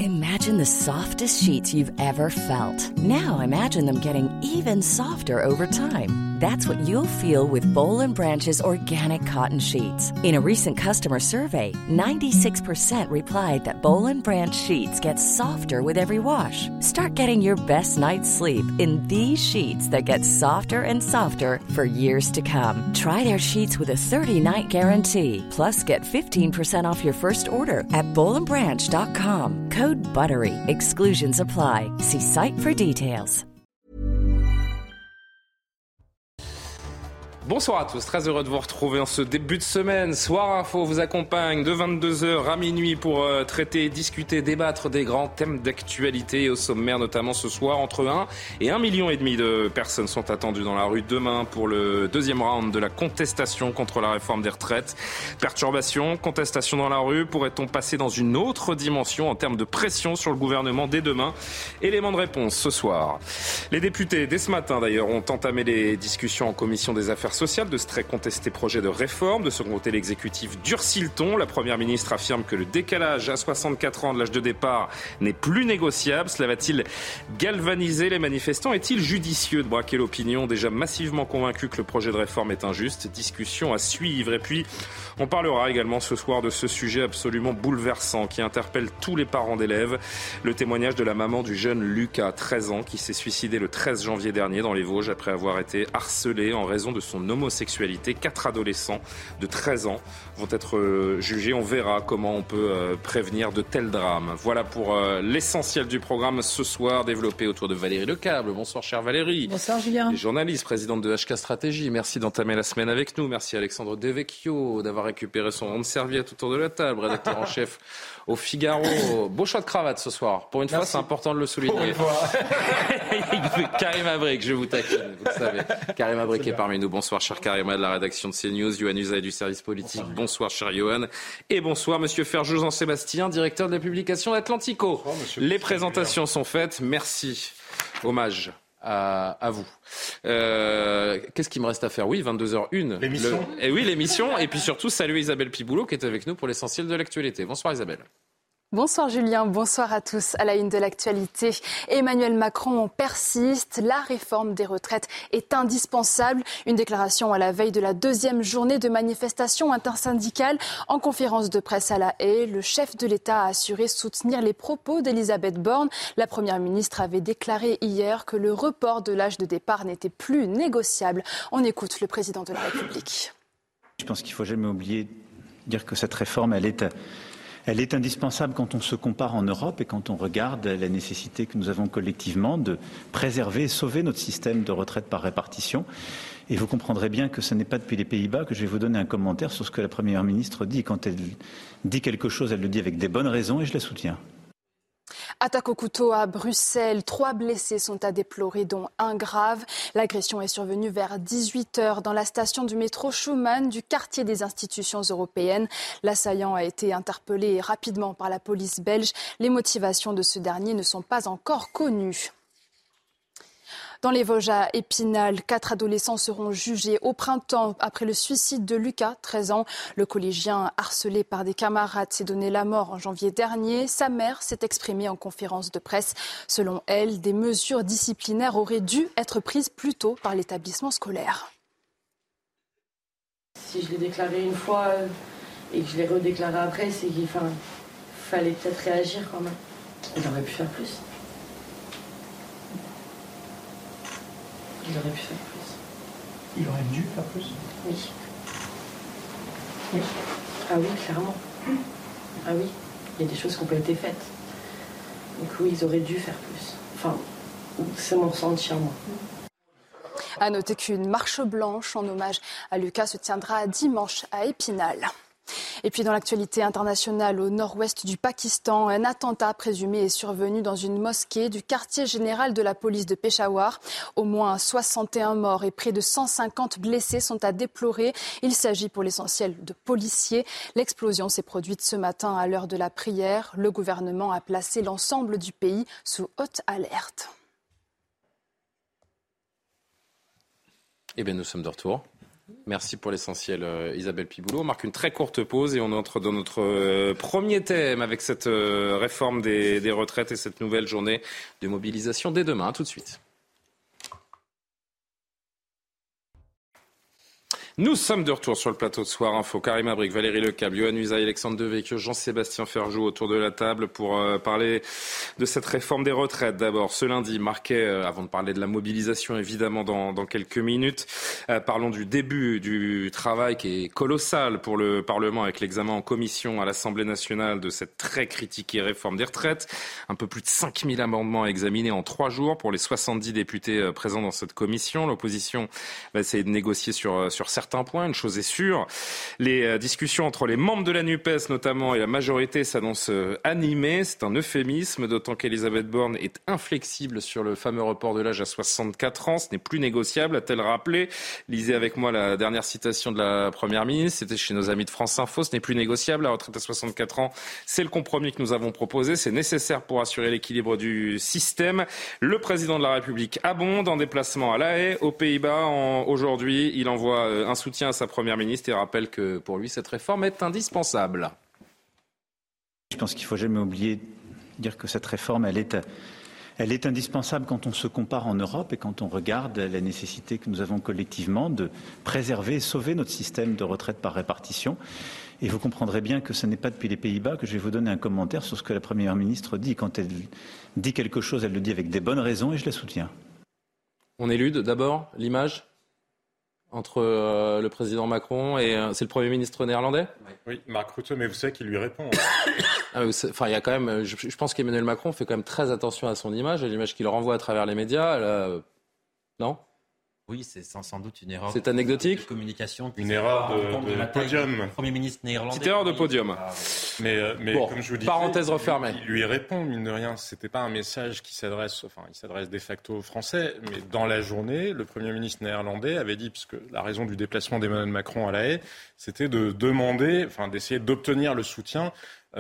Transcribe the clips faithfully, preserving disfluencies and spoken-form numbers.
Imagine the softest sheets you've ever felt. Now imagine them getting even softer over time. That's what you'll feel with Boll and Branch's organic cotton sheets. In a recent customer survey, ninety-six percent replied that Boll and Branch sheets get softer with every wash. Start getting your best night's sleep in these sheets that get softer and softer for years to come. Try their sheets with a thirty-night guarantee. Plus, get fifteen percent off your first order at boll and branch dot com. Code BUTTERY. Exclusions apply. See site for details. Bonsoir à tous, très heureux de vous retrouver en ce début de semaine. Soir Info vous accompagne de vingt-deux heures à minuit pour euh, traiter, discuter, débattre des grands thèmes d'actualité. Au sommaire notamment ce soir, entre un et un million et demi de personnes sont attendues dans la rue demain pour le deuxième round de la contestation contre la réforme des retraites. Perturbation, contestation dans la rue, pourrait-on passer dans une autre dimension en termes de pression sur le gouvernement dès demain? Élément de réponse ce soir. Les députés, dès ce matin d'ailleurs, ont entamé les discussions en commission des affaires sociales de ce très contesté projet de réforme. De son côté, l'exécutif durcit le ton. La première ministre affirme que le décalage à soixante-quatre ans de l'âge de départ n'est plus négociable. Cela va-t-il galvaniser les manifestants? Est-il judicieux de braquer l'opinion déjà massivement convaincue que le projet de réforme est injuste? Discussion à suivre. Et puis, on parlera également ce soir de ce sujet absolument bouleversant qui interpelle tous les parents d'élèves. Le témoignage de la maman du jeune Lucas, treize ans, qui s'est suicidé le treize janvier dernier dans les Vosges après avoir été harcelé en raison de son homosexualité. Quatre adolescents de treize ans vont être jugés. On verra comment on peut prévenir de tels drames. Voilà pour l'essentiel du programme ce soir, développé autour de Valérie Lecable. Bonsoir chère Valérie. Bonsoir Julien. Journaliste, présidente de H K Stratégie. Merci d'entamer la semaine avec nous. Merci Alexandre Devecchio d'avoir récupéré son rond de serviette autour de la table, rédacteur en chef au Figaro. Beau choix de cravate ce soir. Pour une Merci. fois, c'est important de le souligner. Karim Abrik, je vous taquine, vous le savez. Karim Abrik est parmi nous. Bonsoir, cher Karima de la rédaction de CNews. Yohann Usaï du service politique. Bonsoir, cher Yohann. Et bonsoir, monsieur Ferjeux Jean-Sébastien, directeur de la publication Atlantico. Bonsoir, Les présentations sont faites. Merci. Hommage. À, à vous. Euh, qu'est-ce qu'il me reste à faire? Oui, vingt-deux heures une. L'émission. Le, et oui, l'émission. Et puis surtout, saluer Isabelle Piboulot qui est avec nous pour l'essentiel de l'actualité. Bonsoir Isabelle. Bonsoir Julien, bonsoir à tous. À la une de l'actualité, Emmanuel Macron persiste. La réforme des retraites est indispensable. Une déclaration à la veille de la deuxième journée de manifestation intersyndicale. En conférence de presse à La Haye, le chef de l'État a assuré soutenir les propos d'Elisabeth Borne. La première ministre avait déclaré hier que le report de l'âge de départ n'était plus négociable. On écoute le président de la République. Je pense qu'il ne faut jamais oublier de dire que cette réforme, elle est... Elle est indispensable quand on se compare en Europe et quand on regarde la nécessité que nous avons collectivement de préserver et sauver notre système de retraite par répartition. Et vous comprendrez bien que ce n'est pas depuis les Pays-Bas que je vais vous donner un commentaire sur ce que la Première ministre dit. Quand elle dit quelque chose, elle le dit avec des bonnes raisons et je la soutiens. Attaque au couteau à Bruxelles. Trois blessés sont à déplorer, dont un grave. L'agression est survenue vers dix-huit heures dans la station du métro Schumann du quartier des institutions européennes. L'assaillant a été interpellé rapidement par la police belge. Les motivations de ce dernier ne sont pas encore connues. Dans les Vosges à Épinal, quatre adolescents seront jugés au printemps après le suicide de Lucas, treize ans. Le collégien harcelé par des camarades s'est donné la mort en janvier dernier. Sa mère s'est exprimée en conférence de presse. Selon elle, des mesures disciplinaires auraient dû être prises plus tôt par l'établissement scolaire. Si je l'ai déclaré une fois et que je l'ai redéclaré après, c'est qu'il enfin, fallait peut-être réagir quand même. J'aurais pu faire plus. Il aurait pu faire plus. Il aurait dû faire plus? Oui. Oui. Ah oui, clairement. Ah oui, il y a des choses qui n'ont pas été faites. Donc oui, ils auraient dû faire plus. Enfin, c'est mon ressenti à moi. À noter qu'une marche blanche en hommage à Lucas se tiendra dimanche à Épinal. Et puis dans l'actualité internationale, au nord-ouest du Pakistan, un attentat présumé est survenu dans une mosquée du quartier général de la police de Peshawar. Au moins soixante et un morts et près de cent cinquante blessés sont à déplorer. Il s'agit pour l'essentiel de policiers. L'explosion s'est produite ce matin à l'heure de la prière. Le gouvernement a placé l'ensemble du pays sous haute alerte. Eh bien, nous sommes de retour. Merci pour l'essentiel, euh, Isabelle Piboulot. On marque une très courte pause et on entre dans notre euh, premier thème avec cette euh, réforme des, des retraites et cette nouvelle journée de mobilisation dès demain. À tout de suite. Nous sommes de retour sur le plateau de Soir Info. Karim Abrik, Valérie Lecable, Yohann Usaï, Alexandre Devecchio, Jean-Sébastien Ferjou autour de la table pour euh, parler de cette réforme des retraites. D'abord, ce lundi marquait, euh, avant de parler de la mobilisation évidemment dans, dans quelques minutes, euh, parlons du début du travail qui est colossal pour le Parlement avec l'examen en commission à l'Assemblée nationale de cette très critiquée réforme des retraites. Un peu plus de cinq mille amendements à examiner en trois jours pour les soixante-dix députés euh, présents dans cette commission. L'opposition va essayer de négocier sur, sur certains un point, une chose est sûre, les euh, discussions entre les membres de la NUPES notamment et la majorité s'annoncent euh, animées. C'est un euphémisme, d'autant qu'Elisabeth Borne est inflexible sur le fameux report de l'âge à soixante-quatre ans. Ce n'est plus négociable, a-t-elle rappelé. Lisez avec moi la dernière citation de la Première ministre. C'était chez nos amis de France Info. Ce n'est plus négociable. La retraite à soixante-quatre ans, c'est le compromis que nous avons proposé. C'est nécessaire pour assurer l'équilibre du système. Le président de la République abonde en déplacement à La Haye, aux Pays-Bas. En, aujourd'hui, il envoie euh, un soutien à sa première ministre et rappelle que pour lui cette réforme est indispensable. Je pense qu'il ne faut jamais oublier de dire que cette réforme elle est, elle est indispensable quand on se compare en Europe et quand on regarde la nécessité que nous avons collectivement de préserver et sauver notre système de retraite par répartition. Et vous comprendrez bien que ce n'est pas depuis les Pays-Bas que je vais vous donner un commentaire sur ce que la première ministre dit. Quand elle dit quelque chose, elle le dit avec des bonnes raisons et je la soutiens. On élude d'abord l'image entre euh, le président Macron et euh, c'est le Premier ministre néerlandais ? Oui, Mark Rutte, mais vous savez qu'il lui répond. ah, enfin, il y a quand même, je, je pense qu'Emmanuel Macron fait quand même très attention à son image, à l'image qu'il renvoie à travers les médias. Là, euh, non ? Oui, c'est sans, sans doute une erreur. C'est anecdotique. De communication. Une erreur de, de, de podium. Premier ministre néerlandais. Petite erreur de podium. Mais, mais bon, comme je vous dis, parenthèse refermée. Il lui répond, mine de rien. C'était pas un message qui s'adresse, enfin, il s'adresse de facto aux Français. Mais dans la journée, le Premier ministre néerlandais avait dit, puisque la raison du déplacement d'Emmanuel Macron à La Haye, c'était de demander, enfin, d'essayer d'obtenir le soutien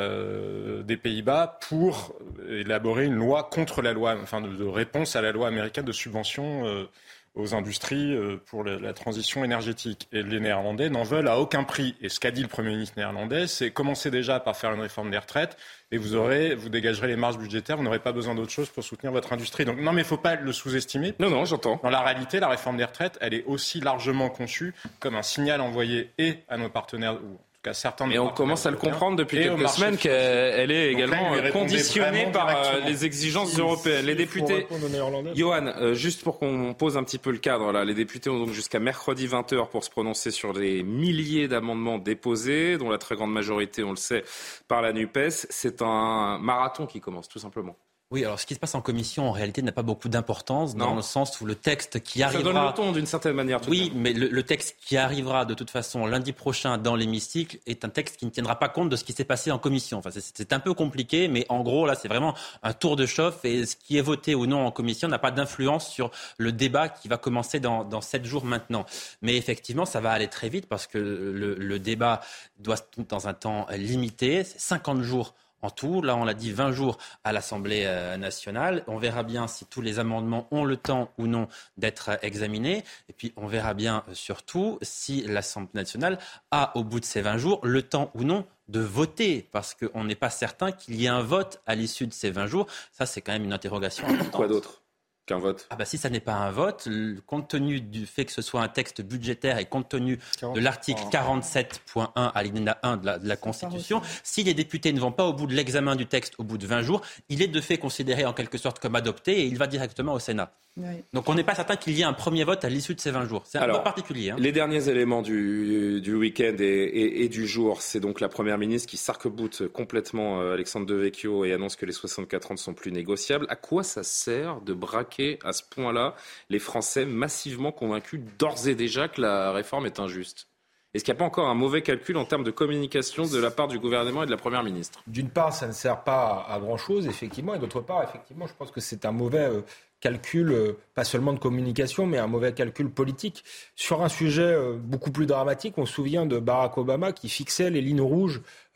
Euh, des Pays-Bas pour élaborer une loi contre la loi, enfin de, de réponse à la loi américaine de subvention euh, aux industries euh, pour la, la transition énergétique. Et les Néerlandais n'en veulent à aucun prix. Et ce qu'a dit le Premier ministre néerlandais, c'est commencer déjà par faire une réforme des retraites et vous aurez, vous dégagerez les marges budgétaires, vous n'aurez pas besoin d'autre chose pour soutenir votre industrie. Donc non, mais il ne faut pas le sous-estimer. Non, non, j'entends. Dans la réalité, la réforme des retraites, elle est aussi largement conçue comme un signal envoyé et à nos partenaires, ou et on commence à le comprendre depuis quelques semaines qu'elle est également là, conditionnée par les exigences si, européennes. Si, les députés, Yohann, euh, juste pour qu'on pose un petit peu le cadre, là, les députés ont donc jusqu'à mercredi vingt heures pour se prononcer sur les milliers d'amendements déposés, dont la très grande majorité, on le sait, par la NUPES. C'est un marathon qui commence, tout simplement. Oui, alors ce qui se passe en commission, en réalité, n'a pas beaucoup d'importance, non. dans le sens où le texte qui arrivera... Ça donne le ton, d'une certaine manière. Tout oui, mais le, le texte qui arrivera, de toute façon, lundi prochain dans l'hémicycle, est un texte qui ne tiendra pas compte de ce qui s'est passé en commission. Enfin, c'est, c'est un peu compliqué, mais en gros, là, c'est vraiment un tour de chauffe, et ce qui est voté ou non en commission n'a pas d'influence sur le débat qui va commencer dans, dans sept jours maintenant. Mais effectivement, ça va aller très vite, parce que le, le débat doit se tenir dans un temps limité, c'est cinquante jours en tout. Là, on l'a dit, vingt jours à l'Assemblée nationale. On verra bien si tous les amendements ont le temps ou non d'être examinés. Et puis, on verra bien surtout si l'Assemblée nationale a, au bout de ces vingt jours, le temps ou non de voter. Parce qu'on n'est pas certain qu'il y ait un vote à l'issue de ces vingt jours. Ça, c'est quand même une interrogation importante. Quoi d'autre qu'un vote? Ah bah si ça n'est pas un vote, compte tenu du fait que ce soit un texte budgétaire et compte tenu de l'article quarante-sept point un alinéa un de la, de la Constitution, si les députés ne vont pas au bout de l'examen du texte au bout de vingt jours, il est de fait considéré en quelque sorte comme adopté et il va directement au Sénat. Oui. Donc on n'est pas certain qu'il y ait un premier vote à l'issue de ces vingt jours. C'est un Alors, peu particulier. Hein. Les derniers éléments du, du week-end et, et, et du jour, c'est donc la Première ministre qui s'arc-boute complètement euh, Alexandre Devecchio et annonce que les soixante-quatre ans ne sont plus négociables. À quoi ça sert de braquer à ce point-là les Français massivement convaincus d'ores et déjà que la réforme est injuste ? Est-ce qu'il n'y a pas encore un mauvais calcul en termes de communication de la part du gouvernement et de la Première ministre ? D'une part, ça ne sert pas à grand-chose, effectivement, et d'autre part, effectivement, je pense que c'est un mauvais euh, calcul, euh, pas seulement de communication, mais un mauvais calcul politique. Sur un sujet euh, beaucoup plus dramatique, on se souvient de Barack Obama qui fixait les lignes rouges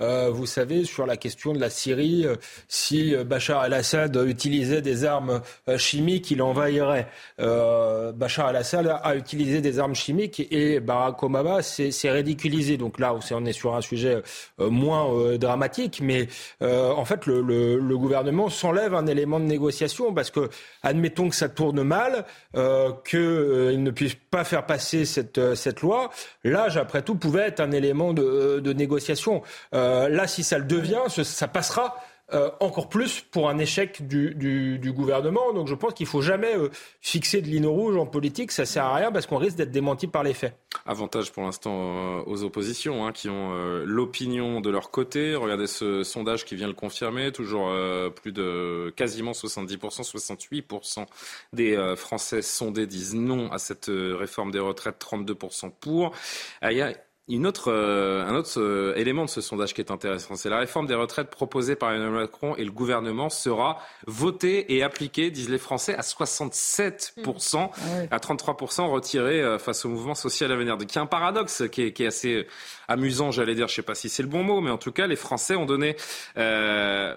euh, vous savez, sur la question de la Syrie, euh, si Bachar el-Assad utilisait des armes euh, chimiques, il envahirait. Euh, Bachar el-Assad a utilisé des armes chimiques et Barack Obama s'est, s'est ridiculisé. Donc là, on est sur un sujet euh, moins euh, dramatique, mais euh, en fait, le, le, le gouvernement s'enlève un élément de négociation parce que, admettons que ça tourne mal, euh, qu'il euh, ne puisse pas faire passer cette, euh, cette loi. L'âge, après tout, pouvait être un élément de, de négociation. Euh, là, si ça le devient, ça passera Euh, encore plus pour un échec du, du, du gouvernement. Donc je pense qu'il ne faut jamais euh, fixer de ligne rouge en politique. Ça ne sert à rien parce qu'on risque d'être démenti par les faits. Avantage pour l'instant euh, aux oppositions hein, qui ont euh, l'opinion de leur côté. Regardez ce sondage qui vient le confirmer. Toujours euh, plus de quasiment soixante-dix pour cent, soixante-huit pour cent des euh, Français sondés disent non à cette euh, réforme des retraites, trente-deux pour cent pour. Ah, y a Une autre, euh, un autre euh, élément de ce sondage qui est intéressant, c'est la réforme des retraites proposée par Emmanuel Macron et le gouvernement sera votée et appliquée, disent les Français, à soixante-sept pour cent, mmh. à trente-trois pour cent retirés euh, face au mouvement social à venir. Donc il y a un paradoxe qui est, qui est assez amusant, j'allais dire, je ne sais pas si c'est le bon mot, mais en tout cas les Français ont donné euh,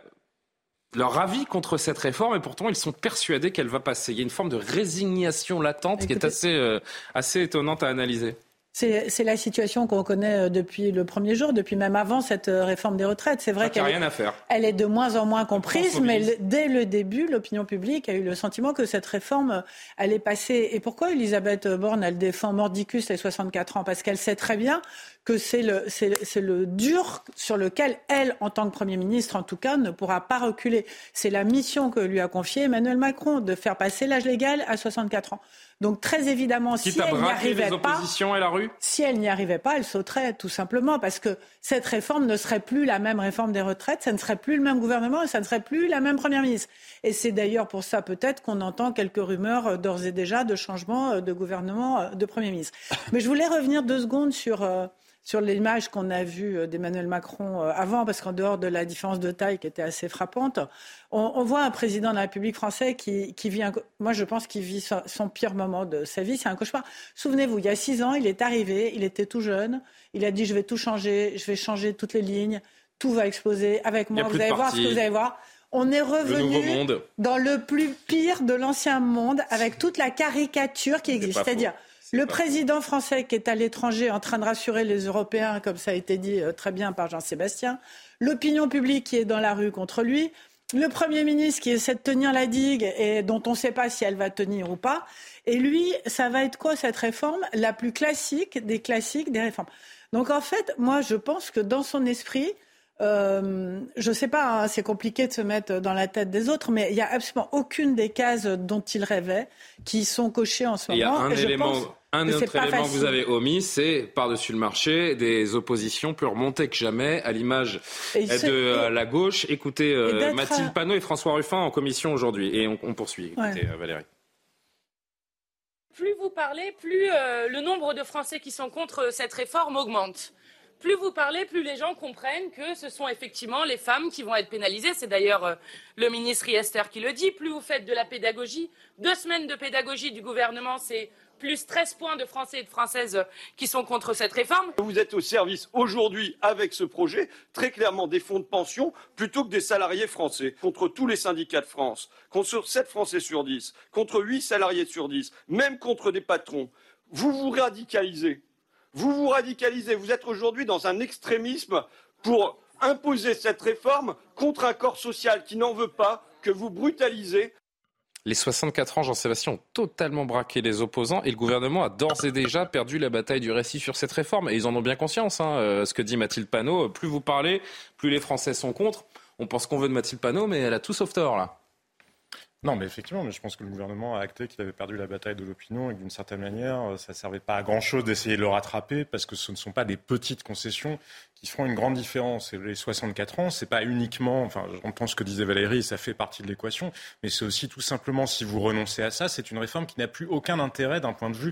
leur avis contre cette réforme et pourtant ils sont persuadés qu'elle va passer. Il y a une forme de résignation latente Écoutez. qui est assez, euh, assez étonnante à analyser. C'est, c'est la situation qu'on connaît depuis le premier jour, depuis même avant cette réforme des retraites. C'est vrai qu'elle rien à faire. Elle est de moins en moins comprise, mais le, dès le début, l'opinion publique a eu le sentiment que cette réforme allait passer. Et pourquoi Elisabeth Borne, elle défend mordicus les soixante-quatre ans ? Parce qu'elle sait très bien que c'est le, c'est, c'est le dur sur lequel elle, en tant que Premier ministre, en tout cas, ne pourra pas reculer. C'est la mission que lui a confiée Emmanuel Macron, de faire passer l'âge légal à soixante-quatre ans. Donc très évidemment, si elle n'y arrivait pas, et la rue. si elle n'y arrivait pas, elle sauterait tout simplement parce que cette réforme ne serait plus la même réforme des retraites, ça ne serait plus le même gouvernement et ça ne serait plus la même première ministre. Et c'est d'ailleurs pour ça peut-être qu'on entend quelques rumeurs d'ores et déjà de changement de gouvernement de Premier ministre. Mais je voulais revenir deux secondes sur euh, sur l'image qu'on a vue d'Emmanuel Macron avant, parce qu'en dehors de la différence de taille qui était assez frappante, on, on voit un président de la République française qui, qui vit, un, moi je pense qu'il vit son, son pire moment de sa vie, c'est un cauchemar. Souvenez-vous, il y a six ans, il est arrivé, il était tout jeune, il a dit je vais tout changer, je vais changer toutes les lignes, tout va exploser avec moi, vous allez voir ce que vous allez voir. On est revenu le dans le plus pire de l'ancien monde, avec toute la caricature qui existe, c'est-à-dire le président français qui est à l'étranger en train de rassurer les Européens, comme ça a été dit très bien par Jean-Sébastien, l'opinion publique qui est dans la rue contre lui, le Premier ministre qui essaie de tenir la digue et dont on ne sait pas si elle va tenir ou pas. Et lui, ça va être quoi cette réforme ? La plus classique des classiques des réformes. Donc en fait, moi je pense que dans son esprit, Euh, je ne sais pas, hein, c'est compliqué de se mettre dans la tête des autres, mais il n'y a absolument aucune des cases dont il rêvait qui sont cochées en ce moment. Il y a un et élément, je pense un que autre c'est pas élément facile. que vous avez omis, c'est par-dessus le marché des oppositions plus remontées que jamais à l'image et de ce, et, la gauche. Écoutez euh, Mathilde Panot et François Ruffin en commission aujourd'hui et on, on poursuit. Écoutez ouais. Valérie. Plus vous parlez, plus euh, le nombre de Français qui sont contre cette réforme augmente. Plus vous parlez, plus les gens comprennent que ce sont effectivement les femmes qui vont être pénalisées. C'est d'ailleurs euh, le ministre Riester qui le dit. Plus vous faites de la pédagogie, deux semaines de pédagogie du gouvernement, c'est plus treize points de Français et de Françaises qui sont contre cette réforme. Vous êtes au service aujourd'hui, avec ce projet, très clairement des fonds de pension plutôt que des salariés français. Contre tous les syndicats de France, contre sept Français sur dix, contre huit salariés sur dix, même contre des patrons. Vous vous radicalisez. Vous vous radicalisez, vous êtes aujourd'hui dans un extrémisme pour imposer cette réforme contre un corps social qui n'en veut pas, que vous brutalisez. Les soixante-quatre ans, Jean-Sébastien, ont totalement braqué les opposants et le gouvernement a d'ores et déjà perdu la bataille du récit sur cette réforme. Et ils en ont bien conscience, hein, ce que dit Mathilde Panot. Plus vous parlez, plus les Français sont contre. On pense qu'on veut de Mathilde Panot, mais elle a tout sauf tort, là. Non, mais effectivement, mais je pense que le gouvernement a acté qu'il avait perdu la bataille de l'opinion et que d'une certaine manière, ça ne servait pas à grand-chose d'essayer de le rattraper parce que ce ne sont pas des petites concessions qui feront une grande différence. Et les soixante-quatre ans, c'est pas uniquement, enfin, j'entends ce que disait Valérie, ça fait partie de l'équation, mais c'est aussi tout simplement, si vous renoncez à ça, c'est une réforme qui n'a plus aucun intérêt d'un point de vue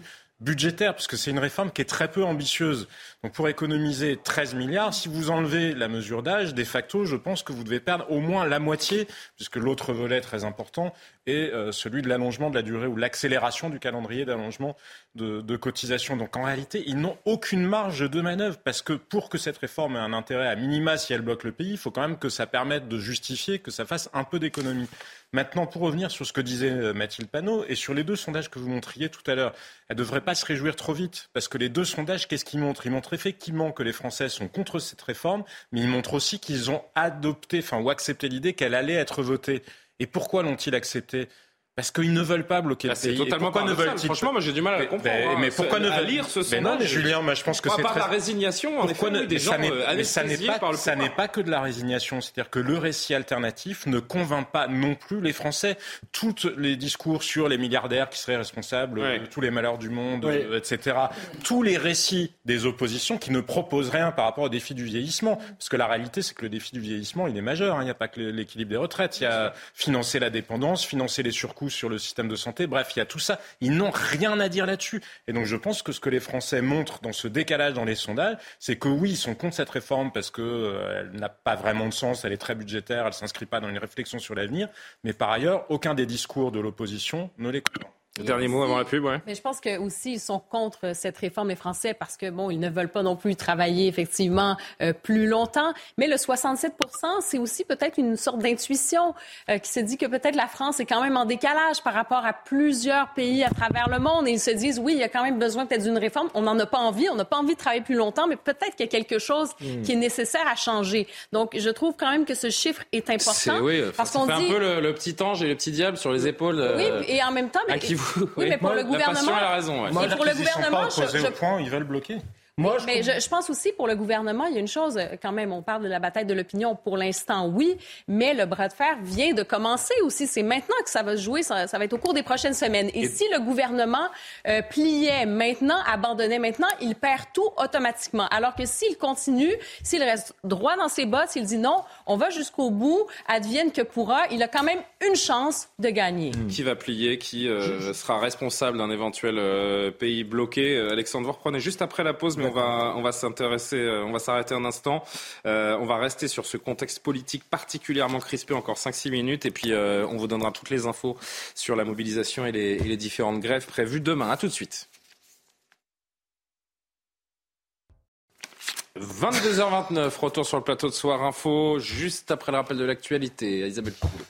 budgétaire, parce que c'est une réforme qui est très peu ambitieuse. Donc pour économiser treize milliards, si vous enlevez la mesure d'âge, de facto, je pense que vous devez perdre au moins la moitié, puisque l'autre volet très important est euh, celui de l'allongement de la durée ou l'accélération du calendrier d'allongement de, de cotisation. Donc en réalité, ils n'ont aucune marge de manœuvre, parce que pour que cette réforme ait un intérêt à minima, si elle bloque le pays, il faut quand même que ça permette de justifier, que ça fasse un peu d'économie. Maintenant, pour revenir sur ce que disait Mathilde Panot, et sur les deux sondages que vous montriez tout à l'heure, elle ne devrait pas se réjouir trop vite, parce que les deux sondages, qu'est-ce qu'ils montrent ? Ils montrent effectivement que les Français sont contre cette réforme, mais ils montrent aussi qu'ils ont adopté, enfin, ou accepté l'idée qu'elle allait être votée. Et pourquoi l'ont-ils accepté ? Parce qu'ils ne veulent pas bloquer bah, le pays. C'est totalement pourquoi ne veulent-ils... Franchement, moi j'ai du mal à le comprendre. Mais, hein. mais pourquoi ce, ne veulent... à lire ce sondage. Mais non, mais Julien, moi je pense que à c'est part très... la résignation, en pourquoi effet, ne... oui, des gens euh, anesthésiés pas, par le ça pouvoir. n'est pas que de la résignation. C'est-à-dire que le récit alternatif ne convainc pas non plus les Français. Tous les discours sur les milliardaires qui seraient responsables ouais. de tous les malheurs du monde, ouais. euh, et cetera. Tous les récits des oppositions qui ne proposent rien par rapport au défi du vieillissement. Parce que la réalité, c'est que le défi du vieillissement, il est majeur. Il n'y a pas que l'équilibre des retraites. Il y a financer la dépendance, financer les surcoûts sur le système de santé. Bref, il y a tout ça. Ils n'ont rien à dire là-dessus. Et donc je pense que ce que les Français montrent dans ce décalage dans les sondages, c'est que oui, ils sont contre cette réforme parce qu'elle euh, n'a pas vraiment de sens, elle est très budgétaire, elle ne s'inscrit pas dans une réflexion sur l'avenir. Mais par ailleurs, aucun des discours de l'opposition ne les comprend. Dernier mot avant la pub, ouais. Mais je pense que aussi ils sont contre cette réforme des Français parce que bon, ils ne veulent pas non plus travailler effectivement euh, plus longtemps. Mais le soixante-sept pour cent, c'est aussi peut-être une sorte d'intuition euh, qui se dit que peut-être la France est quand même en décalage par rapport à plusieurs pays à travers le monde. Et ils se disent oui, il y a quand même besoin peut-être d'une réforme. On n'en a pas envie, on n'a pas envie de travailler plus longtemps, mais peut-être qu'il y a quelque chose mmh. qui est nécessaire à changer. Donc je trouve quand même que ce chiffre est important. C'est, oui, parce ça qu'on fait dit... un peu le, le petit ange et le petit diable sur les épaules. Euh... Oui, et en même temps, mais... Oui, oui, mais pour moi, le gouvernement, la a raison, ouais. Moi, et pour le gouvernement, sont pas opposés je, je... au point, ils veulent bloquer. Moi, je... Mais je, je pense aussi pour le gouvernement, il y a une chose quand même, on parle de la bataille de l'opinion pour l'instant, oui, mais le bras de fer vient de commencer aussi. C'est maintenant que ça va se jouer, ça, ça va être au cours des prochaines semaines. Et, Et... si le gouvernement euh, pliait maintenant, abandonnait maintenant, il perd tout automatiquement. Alors que s'il continue, s'il reste droit dans ses bottes, s'il dit non, on va jusqu'au bout, advienne que pourra, il a quand même une chance de gagner. Mmh. Qui va plier, qui euh, sera responsable d'un éventuel euh, pays bloqué. Alexandre, vous reprenez juste après la pause, mais on va, on va s'intéresser, on va s'arrêter un instant. Euh, on va rester sur ce contexte politique particulièrement crispé, encore cinq six minutes, et puis euh, on vous donnera toutes les infos sur la mobilisation et les, et les différentes grèves prévues demain. À tout de suite. vingt-deux heures vingt-neuf, retour sur le plateau de Soir Info, juste après le rappel de l'actualité. Isabelle Courbeau.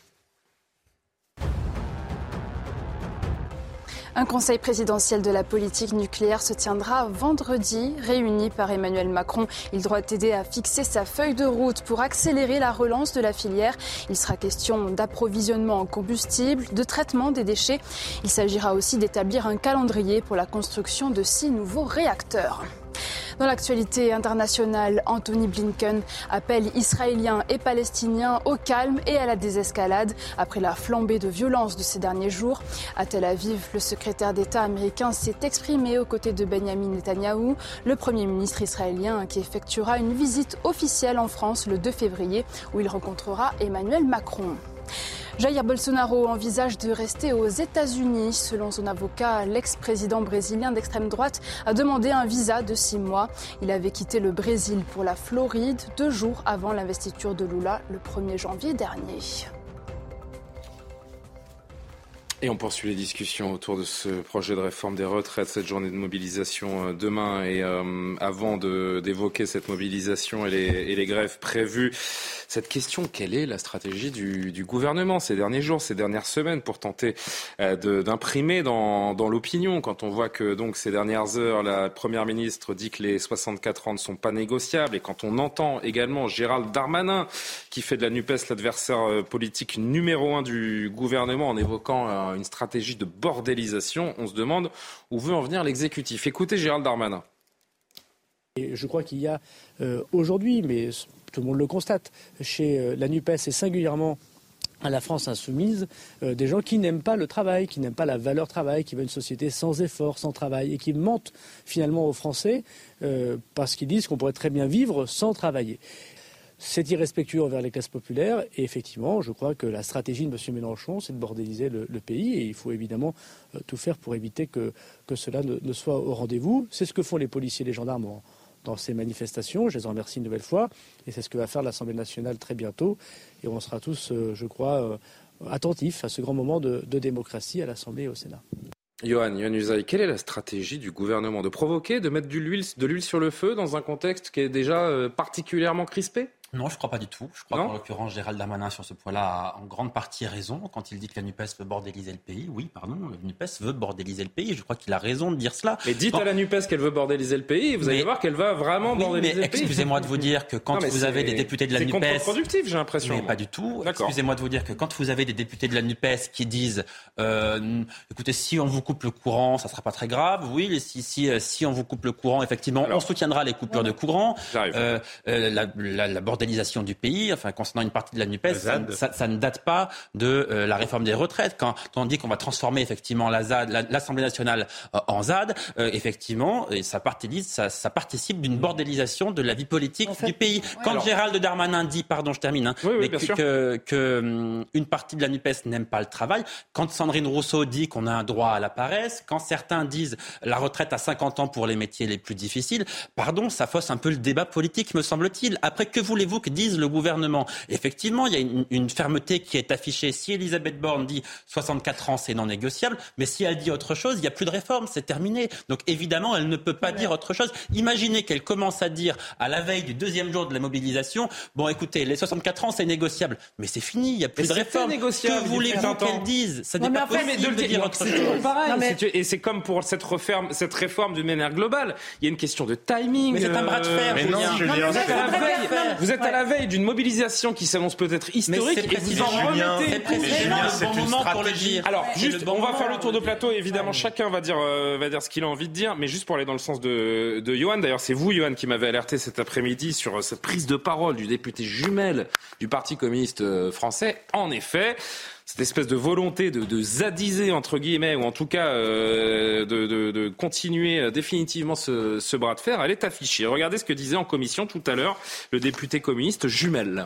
Un conseil présidentiel de la politique nucléaire se tiendra vendredi, réuni par Emmanuel Macron. Il doit aider à fixer sa feuille de route pour accélérer la relance de la filière. Il sera question d'approvisionnement en combustible, de traitement des déchets. Il s'agira aussi d'établir un calendrier pour la construction de six nouveaux réacteurs. Dans l'actualité internationale, Anthony Blinken appelle Israéliens et Palestiniens au calme et à la désescalade après la flambée de violence de ces derniers jours. À Tel Aviv, le secrétaire d'État américain s'est exprimé aux côtés de Benjamin Netanyahou, le Premier ministre israélien qui effectuera une visite officielle en France le deux février où il rencontrera Emmanuel Macron. Jair Bolsonaro envisage de rester aux États-Unis. Selon son avocat, l'ex-président brésilien d'extrême droite a demandé un visa de six mois. Il avait quitté le Brésil pour la Floride deux jours avant l'investiture de Lula le premier janvier dernier. Et on poursuit les discussions autour de ce projet de réforme des retraites, cette journée de mobilisation demain. Et euh, avant de, d'évoquer cette mobilisation et les, et les grèves prévues, cette question, quelle est la stratégie du, du gouvernement ces derniers jours, ces dernières semaines pour tenter euh, de, d'imprimer dans, dans l'opinion, quand on voit que donc ces dernières heures, la Première ministre dit que les soixante-quatre ans ne sont pas négociables, et quand on entend également Gérald Darmanin qui fait de la NUPES l'adversaire politique numéro un du gouvernement en évoquant euh, une stratégie de bordélisation, on se demande où veut en venir l'exécutif. Écoutez Gérald Darmanin. Et je crois qu'il y a euh, aujourd'hui, mais tout le monde le constate, chez euh, la NUPES et singulièrement à la France insoumise, euh, des gens qui n'aiment pas le travail, qui n'aiment pas la valeur travail, qui veulent une société sans effort, sans travail, et qui mentent finalement aux Français euh, parce qu'ils disent qu'on pourrait très bien vivre sans travailler. C'est irrespectueux envers les classes populaires. Et effectivement, je crois que la stratégie de M. Mélenchon, c'est de bordéliser le, le pays. Et il faut évidemment euh, tout faire pour éviter que, que cela ne, ne soit au rendez-vous. C'est ce que font les policiers et les gendarmes en, dans ces manifestations. Je les en remercie une nouvelle fois. Et c'est ce que va faire l'Assemblée nationale très bientôt. Et on sera tous, euh, je crois, euh, attentifs à ce grand moment de, de démocratie à l'Assemblée et au Sénat. Yohann, Yohann Usaï, quelle est la stratégie du gouvernement? De provoquer, de mettre de l'huile, de l'huile sur le feu dans un contexte qui est déjà euh, particulièrement crispé? Non, je ne crois pas du tout. Je crois non qu'en l'occurrence, Gérald Darmanin, sur ce point-là, a en grande partie raison quand il dit que la NUPES veut bordéliser le pays. Oui, pardon, la NUPES veut bordéliser le pays. Je crois qu'il a raison de dire cela. Mais dites quand... à la NUPES qu'elle veut bordéliser le pays et vous mais... allez voir qu'elle va vraiment oui, bordéliser mais le pays. Excusez-moi de vous dire que quand non, vous avez des députés de la c'est NUPES... C'est contre-productif, j'ai l'impression. Mais pas du tout. D'accord. Excusez-moi de vous dire que quand vous avez des députés de la NUPES qui disent euh, écoutez, si on vous coupe le courant, ça ne sera pas très grave. Oui, si, si, si on vous coupe le courant, effectivement, Alors, on soutiendra les coupures ouais. de courant. Euh, euh, la, la, la bordélisation du pays. Enfin, concernant une partie de la NUPES, ça, ça, ça ne date pas de euh, la réforme des retraites. Quand on dit qu'on va transformer effectivement la Z A D, la, l'Assemblée nationale euh, en Z A D, euh, effectivement, et ça, ça, ça participe d'une bordélisation de la vie politique en fait, du pays. Ouais, Quand alors... Gérald Darmanin dit, pardon, je termine, hein, oui, oui, mais bien que, sûr. que, que um, une partie de la NUPES n'aime pas le travail, quand Sandrine Rousseau dit qu'on a un droit à la paresse, quand certains disent la retraite à cinquante ans pour les métiers les plus difficiles, pardon, ça fausse un peu le débat politique, me semble-t-il. Après, que voulez-vous que dise le gouvernement ? Effectivement, il y a une, une fermeté qui est affichée. Si Elisabeth Borne dit soixante-quatre ans, c'est non négociable, mais si elle dit autre chose, il n'y a plus de réforme, c'est terminé. Donc évidemment, elle ne peut pas ouais. dire autre chose. Imaginez qu'elle commence à dire à la veille du deuxième jour de la mobilisation, bon écoutez, les soixante-quatre ans, c'est négociable. Mais c'est fini, il n'y a plus mais de réforme. Négociable, que voulez-vous qu'elle dise? Ça n'est pas possible mais de, de dire autre chose. Pareil, non, mais... Et c'est comme pour cette réforme, cette réforme d'une manière globale. Il y a une question de timing. Mais c'est un bras de fer. Mais non, Julien. Vous êtes à la veille, vous êtes à la veille d'une mobilisation qui s'annonce peut-être historique et vous en remettez. C'est le bon moment pour le dire. Alors, juste, on va faire le tour de plateau. Évidemment, chacun va dire, euh, va dire ce qu'il a envie de dire, mais juste pour aller dans le sens de, de Yohann. D'ailleurs, c'est vous, Yohann, qui m'avez alerté cet après-midi sur cette prise de parole du député jumelle du Parti communiste français. En effet, cette espèce de volonté de, de zadiser, entre guillemets, ou en tout cas euh, de, de, de continuer définitivement ce, ce bras de fer, elle est affichée. Regardez ce que disait en commission tout à l'heure le député communiste jumelle.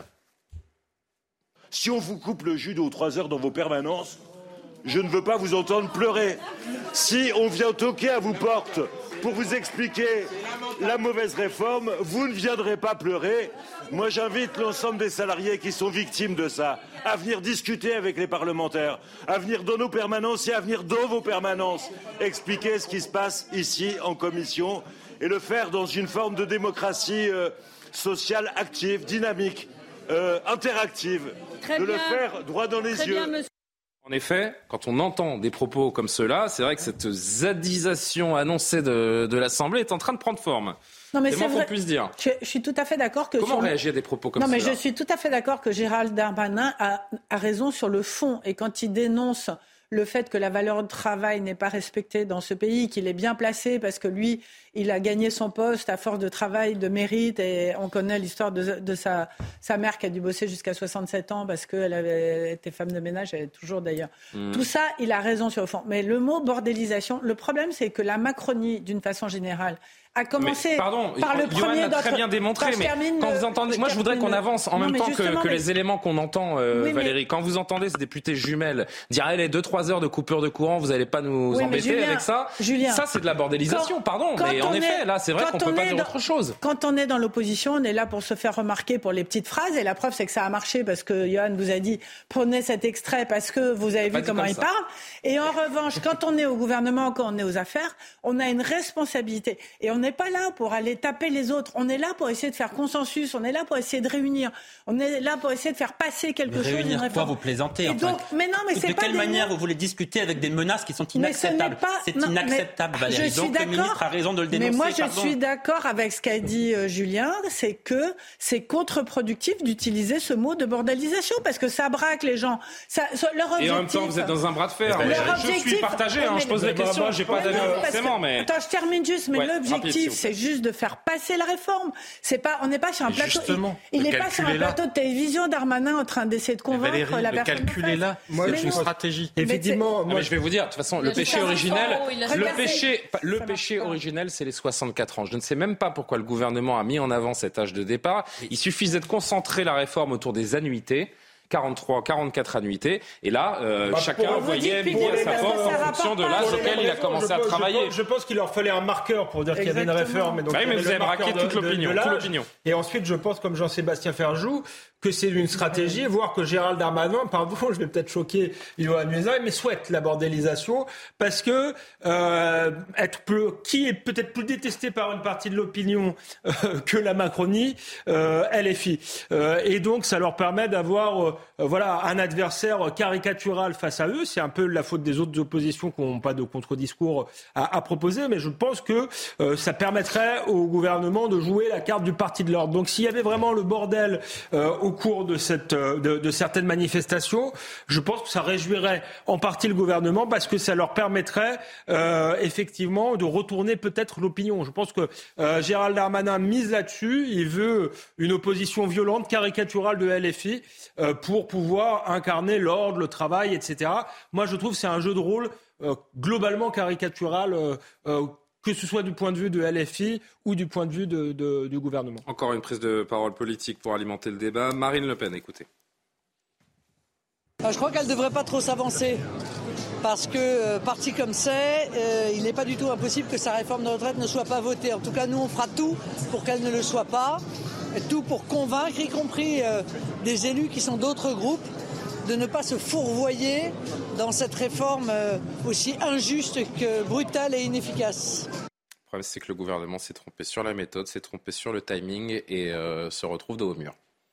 Si on vous coupe le jus deux ou trois heures dans vos permanences, je ne veux pas vous entendre pleurer. Si on vient toquer à vos portes pour vous expliquer la mauvaise réforme, vous ne viendrez pas pleurer. Moi, j'invite l'ensemble des salariés qui sont victimes de ça à venir discuter avec les parlementaires, à venir dans nos permanences et à venir dans vos permanences, expliquer ce qui se passe ici en commission et le faire dans une forme de démocratie euh, sociale active, dynamique, euh, interactive, Très de bien. le faire droit dans les Très yeux. Bien, En effet, quand on entend des propos comme ceux-là, c'est vrai que cette zadisation annoncée de, de l'Assemblée est en train de prendre forme. Non, mais c'est, c'est moins qu'on puisse dire. Je, je suis tout à fait d'accord que... Comment sur réagir à des propos comme ça? Non, mais je suis tout à fait d'accord que Gérald Darmanin a, a raison sur le fond. Et quand il dénonce le fait que la valeur de travail n'est pas respectée dans ce pays, qu'il est bien placé parce que lui, il a gagné son poste à force de travail, de mérite. Et on connaît l'histoire de, de sa, sa mère qui a dû bosser jusqu'à soixante-sept ans parce qu'elle avait été femme de ménage, elle est toujours d'ailleurs. Mmh. Tout ça, il a raison sur le fond. Mais le mot bordélisation, le problème, c'est que la Macronie, d'une façon générale, a commencé mais, pardon, par le Yohann premier a très bien démontré, mais quand vous entendez, je moi je voudrais qu'on avance en non, même temps que, que mais... les éléments qu'on entend, euh, oui, Valérie. Mais... Quand vous entendez ce député jumelle dire allez deux trois heures de coupure de courant, vous n'allez pas nous oui, embêter Julien, avec ça. Julien, ça c'est de la bordélisation, quand, pardon. Quand mais en est, effet, là c'est vrai qu'on peut pas dire dans, autre chose. Quand on est dans l'opposition, on est là pour se faire remarquer pour les petites phrases et la preuve c'est que ça a marché parce que Yohann vous a dit prenez cet extrait parce que vous avez vu comment il ça. parle. Et en revanche, quand on est au gouvernement, quand on est aux affaires, on a une responsabilité et on n'est pas là pour aller taper les autres. On est là pour essayer de faire consensus, on est là pour essayer de réunir, on est là pour essayer de faire passer quelque mais chose. Réunir quoi, vous plaisantez enfin. donc, mais non, mais de c'est de pas quelle des manière mots. vous voulez discuter avec des menaces qui sont inacceptables? Pas... C'est non, inacceptable, Valérie. Donc le ministre a raison de le dénoncer. Mais moi, je pardon. suis d'accord avec ce qu'a dit euh, Julien, c'est que c'est contre-productif d'utiliser ce mot de bordélisation parce que ça braque les gens. Ça, leur objectif, et en même temps, vous êtes dans un bras de fer. Je, je suis partagé, hein, je pose la question, j'ai pas d'avis forcément, mais... Attends, je termine juste, mais ouais, l'objectif l'objectif, c'est juste de faire passer la réforme. C'est pas, on n'est pas sur un plateau. Il n'est pas sur un plateau de télévision, Darmanin, en train d'essayer de convaincre Valérie, la le personne. calcul est là. Moi, c'est une stratégie. Effectivement, moi, mais je vais vous dire, de toute façon, le péché originel, le péché, le péché originel, c'est les soixante-quatre ans. Je ne sais même pas pourquoi le gouvernement a mis en avant cet âge de départ. Il suffisait de concentrer la réforme autour des annuités. quarante-trois, quarante-quatre annuités. Et là, euh, bah, chacun voyait midi à sa porte en fonction de l'âge auquel il a commencé à travailler. Je pense, je pense qu'il leur fallait un marqueur pour dire Exactement. qu'il y avait une réforme. Et donc, bah oui, mais vous avez braqué toute l'opinion, toute l'opinion. Et ensuite, je pense, comme Jean-Sébastien Ferjou, que c'est une stratégie, voire que Gérald Darmanin, pardon, je vais peut-être choquer Johan Musaï, mais souhaite la bordélisation, parce que euh, être plus, qui est peut-être plus détesté par une partie de l'opinion euh, que la Macronie, euh, L F I. Euh, et donc, ça leur permet d'avoir euh, voilà, un adversaire caricatural face à eux. C'est un peu la faute des autres oppositions qui n'ont pas de contre-discours à, à proposer, mais je pense que euh, ça permettrait au gouvernement de jouer la carte du parti de l'ordre. Donc, s'il y avait vraiment le bordel euh, au cours de, cette, de, de certaines manifestations, je pense que ça réjouirait en partie le gouvernement parce que ça leur permettrait euh, effectivement de retourner peut-être l'opinion. Je pense que euh, Gérald Darmanin mise là-dessus. Il veut une opposition violente, caricaturale de L F I euh, pour pouvoir incarner l'ordre, le travail, et cetera. Moi, je trouve que c'est un jeu de rôle euh, globalement caricatural euh, euh, que ce soit du point de vue de L F I ou du point de vue de, de, du gouvernement. Encore une prise de parole politique pour alimenter le débat. Marine Le Pen, écoutez. Je crois qu'elle ne devrait pas trop s'avancer. Parce que, euh, parti comme c'est, euh, il n'est pas du tout impossible que sa réforme de retraite ne soit pas votée. En tout cas, nous, on fera tout pour qu'elle ne le soit pas. Et tout pour convaincre, y compris euh, des élus qui sont d'autres groupes, de ne pas se fourvoyer dans cette réforme euh, aussi injuste que brutale et inefficace. Le problème, c'est que le gouvernement s'est trompé sur la méthode, s'est trompé sur le timing et euh, se retrouve dos au mur.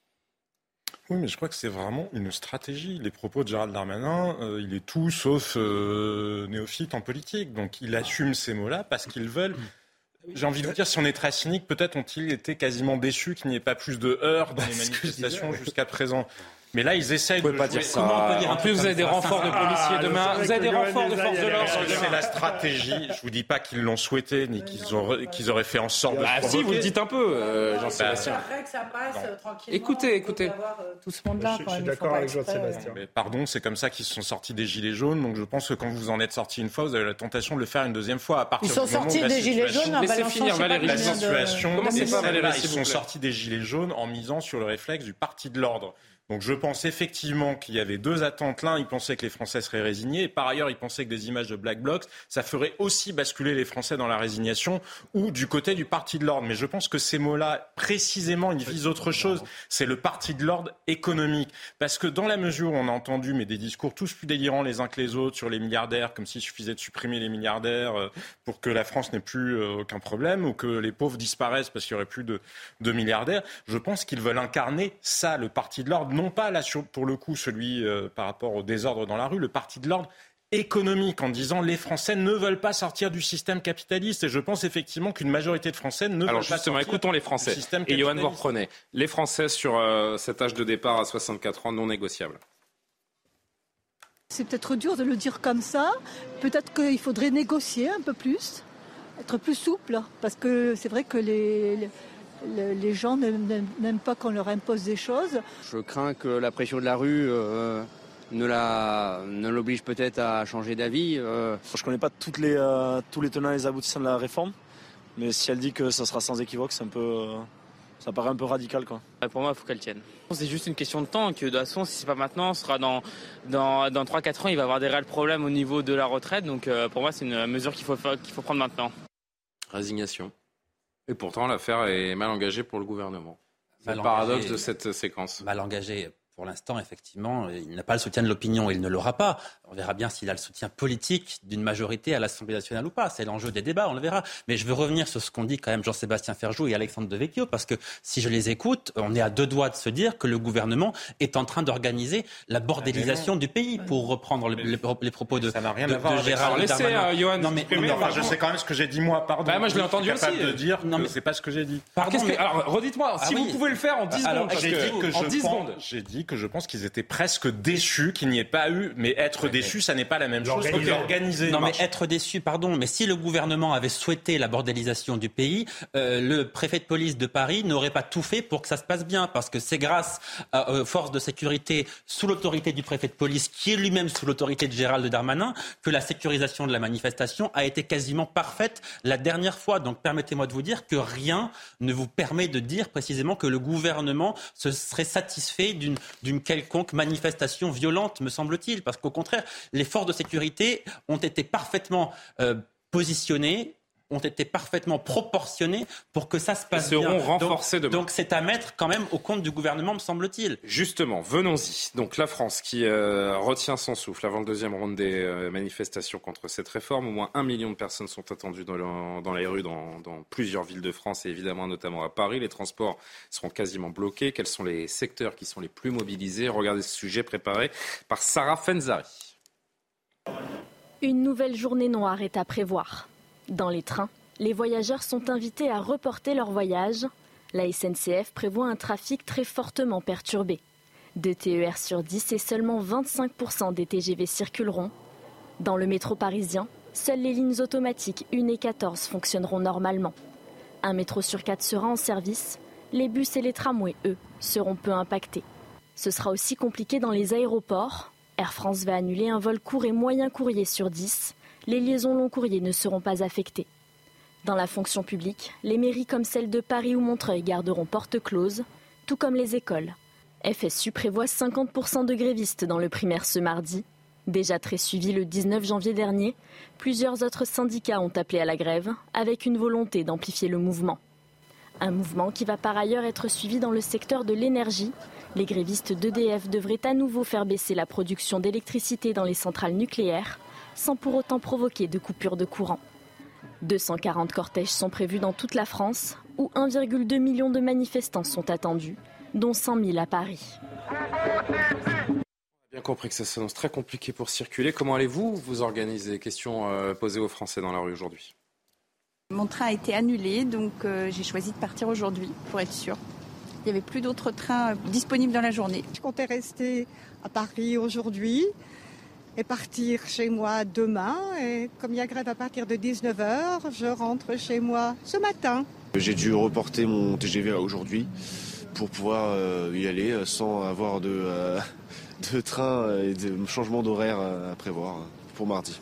Oui, mais je crois que c'est vraiment une stratégie. Les propos de Gérald Darmanin, euh, il est tout sauf euh, néophyte en politique. Donc il assume ces mots-là parce qu'ils veulent... J'ai envie de vous dire, si on est très cynique, peut-être ont-ils été quasiment déçus qu'il n'y ait pas plus de heurts dans les manifestations jusqu'à présent. Mais là, ils essayent de pas dire ça. En plus, vous avez des renforts de policiers demain. Vous avez des renforts de forces de l'ordre. C'est la stratégie. Je vous dis pas qu'ils l'ont souhaité ni qu'ils auraient, qu'ils auraient fait en sorte de le provoquer. Ah si, vous le dites un peu, euh, Jean-Sébastien. Que ça passe tranquillement. Écoutez, écoutez. Tout ce monde-là. Je, je suis d'accord avec Jean-Sébastien. Mais pardon, c'est comme ça qu'ils se sont sortis des gilets jaunes. Donc je pense que quand vous en êtes sortis une fois, vous avez la tentation de le faire une deuxième fois. À partir Ils sont du moment sortis où des gilets jaunes en Laissez finir Valérie. La situation, Comment c'est pas Valérie, ils sont sortis des gilets jaunes en misant sur le réflexe du parti de l'ordre. Donc je pense effectivement qu'il y avait deux attentes. L'un, ils pensaient que les Français seraient résignés. Et par ailleurs, ils pensaient que des images de Black Blocs, ça ferait aussi basculer les Français dans la résignation ou du côté du parti de l'ordre. Mais je pense que ces mots-là, précisément, ils visent autre chose. C'est le parti de l'ordre économique. Parce que dans la mesure où on a entendu mais des discours tous plus délirants les uns que les autres sur les milliardaires, comme s'il suffisait de supprimer les milliardaires pour que la France n'ait plus aucun problème ou que les pauvres disparaissent parce qu'il n'y aurait plus de, de milliardaires, je pense qu'ils veulent incarner ça, le parti de l'ordre. Non pas là sur, pour le coup celui euh, par rapport au désordre dans la rue, le parti de l'ordre économique en disant les Français ne veulent pas sortir du système capitaliste et je pense effectivement qu'une majorité de Français ne Alors veulent pas sortir justement, écoutons les Français. du système et capitaliste. Johan, vous reprenez. Les Français sur euh, cet âge de départ à soixante-quatre ans non négociable. C'est peut-être dur de le dire comme ça. Peut-être qu'il faudrait négocier un peu plus, être plus souple, parce que c'est vrai que les... les... Les gens n'aiment pas qu'on leur impose des choses. Je crains que la pression de la rue euh, ne, la, ne l'oblige peut-être à changer d'avis. Euh. Je ne connais pas toutes les, euh, tous les tenants et les aboutissants de la réforme, mais si elle dit que ça sera sans équivoque, c'est un peu, euh, ça paraît un peu radical, quoi. Pour moi, il faut qu'elle tienne. C'est juste une question de temps, que de toute façon, si ce n'est pas maintenant, ce sera dans, dans, dans trois quatre ans, il va y avoir des réels problèmes au niveau de la retraite. Donc euh, pour moi, c'est une mesure qu'il faut, faire, qu'il faut prendre maintenant. Résignation. Et pourtant, l'affaire est mal engagée pour le gouvernement. C'est Mal le paradoxe engagé, de cette séquence. Mal engagé. Pour l'instant, effectivement, il n'a pas le soutien de l'opinion et il ne l'aura pas. On verra bien s'il a le soutien politique d'une majorité à l'Assemblée nationale ou pas. C'est l'enjeu des débats, on le verra. Mais je veux revenir sur ce qu'ont dit quand même Jean-Sébastien Ferjou et Alexandre Devecchio, parce que si je les écoute, on est à deux doigts de se dire que le gouvernement est en train d'organiser la bordélisation du pays, pour reprendre les, les, les propos de, ça n'a rien de, à voir de avec Gérald Laissez, Darmanin. euh, Johan, non, mais, mais enfin, je sais quand même ce que j'ai dit moi, pardon. Bah, moi je l'ai entendu je suis capable aussi. de dire non, mais que c'est pas ce que j'ai dit. Pardon, que... Alors redites-moi, ah, si oui. vous pouvez le faire en dix Alors, secondes. J'ai parce dit que, que en je dix pense, secondes. j'ai dit que je pense qu'ils étaient presque déçus qu'il n'y ait pas eu, mais être déçus, déçu, ça n'est pas la même chose que l'organiser. Non, mais être déçu, pardon, mais si le gouvernement avait souhaité la bordélisation du pays, euh, le préfet de police de Paris n'aurait pas tout fait pour que ça se passe bien, parce que c'est grâce aux euh, forces de sécurité sous l'autorité du préfet de police, qui est lui-même sous l'autorité de Gérald Darmanin, que la sécurisation de la manifestation a été quasiment parfaite la dernière fois. Donc permettez-moi de vous dire que rien ne vous permet de dire précisément que le gouvernement se serait satisfait d'une, d'une quelconque manifestation violente, me semble-t-il, parce qu'au contraire, les forces de sécurité ont été parfaitement euh, positionnées, ont été parfaitement proportionnés pour que ça se passe bien. Ils seront renforcés donc, demain. Donc c'est à mettre quand même au compte du gouvernement, me semble-t-il. Justement, venons-y. Donc la France qui euh, retient son souffle avant le deuxième round des euh, manifestations contre cette réforme. Au moins un million de personnes sont attendues dans, le, dans les rues dans, dans plusieurs villes de France et évidemment notamment à Paris. Les transports seront quasiment bloqués. Quels sont les secteurs qui sont les plus mobilisés? Regardez ce sujet préparé par Sarah Fenzari. Une nouvelle journée noire est à prévoir. Dans les trains, les voyageurs sont invités à reporter leur voyage. La S N C F prévoit un trafic très fortement perturbé. deux T E R sur dix et seulement vingt-cinq pour cent des T G V circuleront. Dans le métro parisien, seules les lignes automatiques un et quatorze fonctionneront normalement. Un métro sur quatre sera en service. Les bus et les tramways, eux, seront peu impactés. Ce sera aussi compliqué dans les aéroports. Air France va annuler un vol court et moyen courrier sur dix. Les liaisons long courrier ne seront pas affectées. Dans la fonction publique, les mairies comme celle de Paris ou Montreuil garderont porte close, tout comme les écoles. F S U prévoit cinquante pour cent de grévistes dans le primaire ce mardi. Déjà très suivi le dix-neuf janvier dernier, plusieurs autres syndicats ont appelé à la grève, avec une volonté d'amplifier le mouvement. Un mouvement qui va par ailleurs être suivi dans le secteur de l'énergie. Les grévistes d'E D F devraient à nouveau faire baisser la production d'électricité dans les centrales nucléaires, sans pour autant provoquer de coupures de courant. deux cent quarante cortèges sont prévus dans toute la France, où un virgule deux million de manifestants sont attendus, dont cent mille à Paris. On a bien compris que ça s'annonce très compliqué pour circuler. Comment allez-vous vous organiser? Question euh, posée aux Français dans la rue aujourd'hui. Mon train a été annulé, donc euh, j'ai choisi de partir aujourd'hui, pour être sûre. Il n'y avait plus d'autres trains euh, disponibles dans la journée. Je comptais rester à Paris aujourd'hui et partir chez moi demain. Et comme il y a grève à partir de dix-neuf heures, je rentre chez moi ce matin. J'ai dû reporter mon T G V aujourd'hui pour pouvoir euh, y aller sans avoir de, euh, de train et de changement d'horaire à prévoir pour mardi.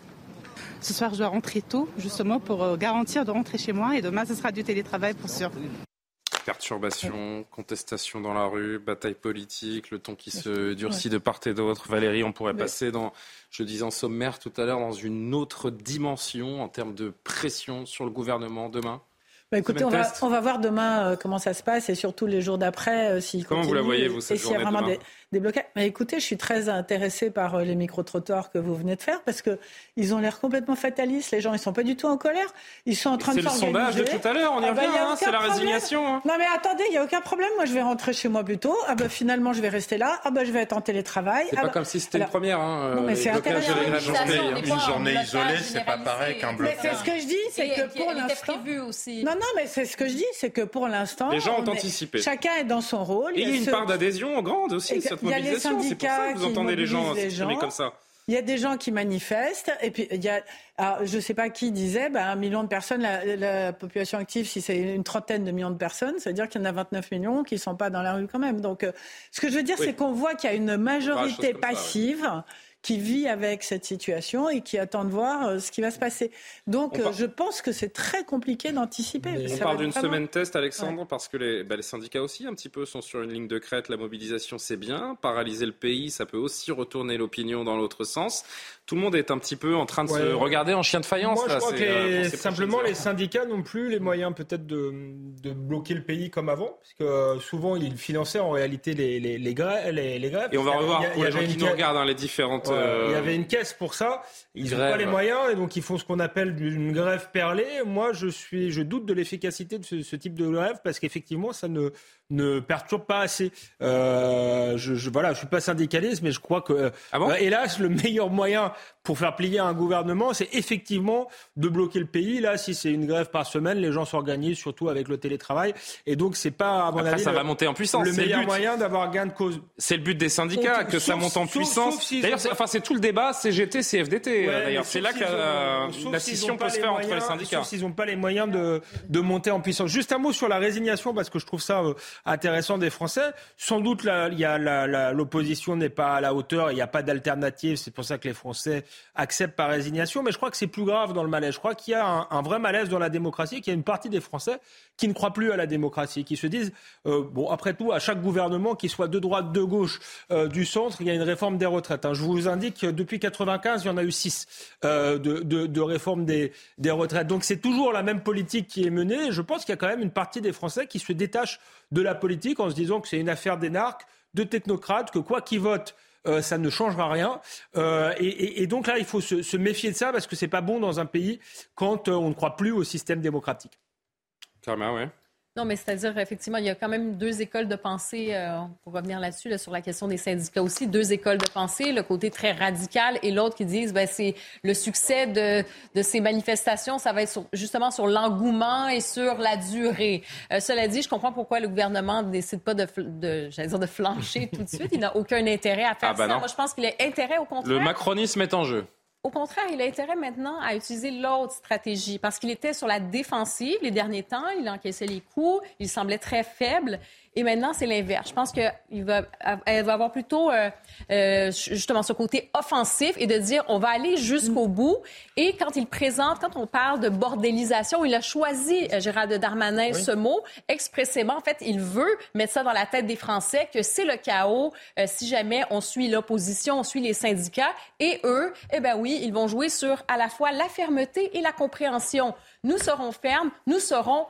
Ce soir, je dois rentrer tôt, justement, pour garantir de rentrer chez moi. Et demain, ce sera du télétravail, pour sûr. Perturbations, contestation dans la rue, bataille politique, le ton qui se durcit de part et d'autre. Valérie, on pourrait passer dans, je disais en sommaire tout à l'heure, dans une autre dimension en termes de pression sur le gouvernement demain. Bah écoutez, on va, on va voir demain euh, comment ça se passe et surtout les jours d'après euh, s'il Comment continue, vous la voyez, vous, cette et s'il y a journée vraiment demain des, des blocages. Mais écoutez, je suis très intéressée par euh, les micro-trottoirs que vous venez de faire parce que ils ont l'air complètement fatalistes. Les gens, ils sont pas du tout en colère. Ils sont en train c'est de s'organiser. C'est le sondage de tout à l'heure, on y ah bah, revient, hein, c'est la problème. résignation. Hein. Non mais attendez, il y a aucun problème. Moi, je vais rentrer chez moi plus tôt. Ah bah finalement, je vais rester là. Ah bah je vais être en télétravail. C'est ah pas bah... comme si c'était Alors... une première. Hein, non mais c'est intéressant. Une journée, une journée isolée, c'est pas pareil qu'un blocage. Mais c'est ce que je dis, c'est et, que pour l'instant. Non non, mais c'est ce que je dis, c'est que pour l'instant. Les gens ont est... anticipé. Chacun est dans son rôle. Et il y a une ceux... part d'adhésion grande aussi, cette mobilisation. C'est pour ça que vous entendez les gens s'exprimer comme ça. Il y a des gens qui manifestent, et puis il y a, alors, je ne sais pas qui disait, ben, un million de personnes, la, la population active, si c'est une trentaine de millions de personnes, ça veut dire qu'il y en a vingt-neuf millions qui ne sont pas dans la rue quand même. Donc, euh, ce que je veux dire, oui. c'est qu'on voit qu'il y a une majorité passive. Ça, oui. qui vit avec cette situation et qui attend de voir euh, ce qui va se passer. Donc, euh, par... je pense que c'est très compliqué d'anticiper. On parle d'une vraiment... semaine test, Alexandre, ouais. parce que les, bah, les syndicats aussi, un petit peu, sont sur une ligne de crête. La mobilisation, c'est bien. Paralyser le pays, ça peut aussi retourner l'opinion dans l'autre sens. Tout le monde est un petit peu en train de ouais. se regarder en chien de faïence. Moi, là, je crois c'est, que les... euh, simplement, les syndicats n'ont plus les moyens peut-être de, de bloquer le pays comme avant, parce que euh, souvent, ils finançaient en réalité les, les, les, grèves, les, les grèves. Et on va revoir, il y a, pour les gens qui nous regardent, hein, les différentes... Ouais, euh... Il y avait une caisse pour ça, ils n'ont pas les moyens et donc ils font ce qu'on appelle une grève perlée. Moi, je, suis, je doute de l'efficacité de ce, ce type de grève parce qu'effectivement, ça ne, ne perturbe pas assez. Euh, je, je, voilà, je suis pas syndicaliste, mais je crois que, ah bon euh, hélas, le meilleur moyen pour faire plier un gouvernement, c'est effectivement de bloquer le pays. Là, si c'est une grève par semaine, les gens s'organisent, surtout avec le télétravail. Et donc, c'est pas, à mon Après, avis, ça le, va monter en puissance. le c'est meilleur le but. moyen d'avoir gain de cause. C'est le but des syndicats, que sauf, ça monte en sauf, puissance. Sauf, sauf d'ailleurs, c'est, enfin, c'est tout le débat C G T, C F D T. Ouais, d'ailleurs, c'est là que euh, la scission peut se faire moyens, entre les syndicats. Sauf s'ils n'ont pas les moyens de, de monter en puissance. Juste un mot sur la résignation, parce que je trouve ça euh, intéressant des Français. Sans doute, là, il y a la, la, l'opposition n'est pas à la hauteur, il n'y a pas d'alternative. C'est pour ça que les Français acceptent par résignation. Mais je crois que c'est plus grave dans le malaise. Je crois qu'il y a un, un vrai malaise dans la démocratie, qu'il y a une partie des Français qui ne croient plus à la démocratie, qui se disent, euh, bon, après tout, à chaque gouvernement, qu'il soit de droite, de gauche, euh, du centre, il y a une réforme des retraites. Hein. Je vous indique que depuis quatre-vingt-quinze, il y en a eu six euh, de, de, de réforme des, des retraites. Donc c'est toujours la même politique qui est menée. Et je pense qu'il y a quand même une partie des Français qui se détachent de la politique en se disant que c'est une affaire d'énarques, de technocrates, que quoi qu'ils votent, Euh, ça ne changera rien. Euh, et, et, et donc là, il faut se, se méfier de ça parce que c'est pas bon dans un pays quand euh, on ne croit plus au système démocratique. Carrément, ouais. Non, mais c'est-à-dire, effectivement, il y a quand même deux écoles de pensée, euh, pour revenir là-dessus, là, sur la question des syndicats aussi, deux écoles de pensée, le côté très radical et l'autre qui disent, ben, c'est le succès de, de ces manifestations, ça va être sur, justement sur l'engouement et sur la durée. Euh, cela dit, je comprends pourquoi le gouvernement ne décide pas de, de, j'allais dire de flancher tout de suite. Il n'a aucun intérêt à faire ah, bah ça. non. Moi, je pense qu'il a intérêt, au contraire. Le macronisme est en jeu. Au contraire, il a intérêt maintenant à utiliser l'autre stratégie parce qu'il était sur la défensive les derniers temps, il encaissait les coups, il semblait très faible. Et maintenant, c'est l'inverse. Je pense qu'elle va, elle va avoir plutôt euh, euh, justement ce côté offensif et de dire on va aller jusqu'au bout. Et quand il présente, quand on parle de bordélisation, il a choisi, euh, Gérald Darmanin, oui. ce mot expressément. En fait, il veut mettre ça dans la tête des Français que c'est le chaos euh, si jamais on suit l'opposition, on suit les syndicats. Et eux, eh bien oui, ils vont jouer sur à la fois la fermeté et la compréhension. Nous serons fermes, nous serons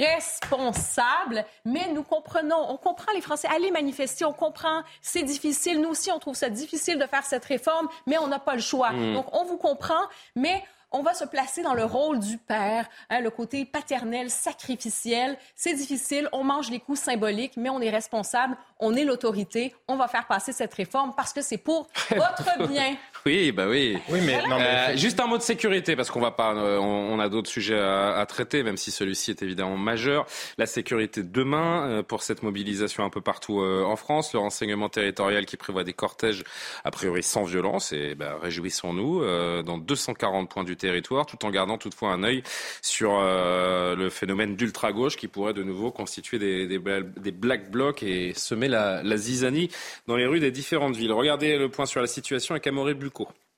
responsables, mais nous comprenons, on comprend les Français. Allez manifester, on comprend, c'est difficile. Nous aussi, on trouve ça difficile de faire cette réforme, mais on n'a pas le choix. Mmh. Donc, on vous comprend, mais on va se placer dans le rôle du père, hein, le côté paternel, sacrificiel. C'est difficile, on mange les coups symboliques, mais on est responsable, on est l'autorité, on va faire passer cette réforme parce que c'est pour votre bien. Oui, bah oui. Oui, mais, non, mais euh, juste un mot de sécurité parce qu'on va pas, euh, on, on a d'autres sujets à, à traiter, même si celui-ci est évidemment majeur. La sécurité demain euh, pour cette mobilisation un peu partout euh, en France, le renseignement territorial qui prévoit des cortèges a priori sans violence et bah, réjouissons-nous euh, dans deux cent quarante points du territoire, tout en gardant toutefois un œil sur euh, le phénomène d'ultra-gauche qui pourrait de nouveau constituer des, des, des black blocs et semer la, la zizanie dans les rues des différentes villes. Regardez le point sur la situation avec Amaury Bucco.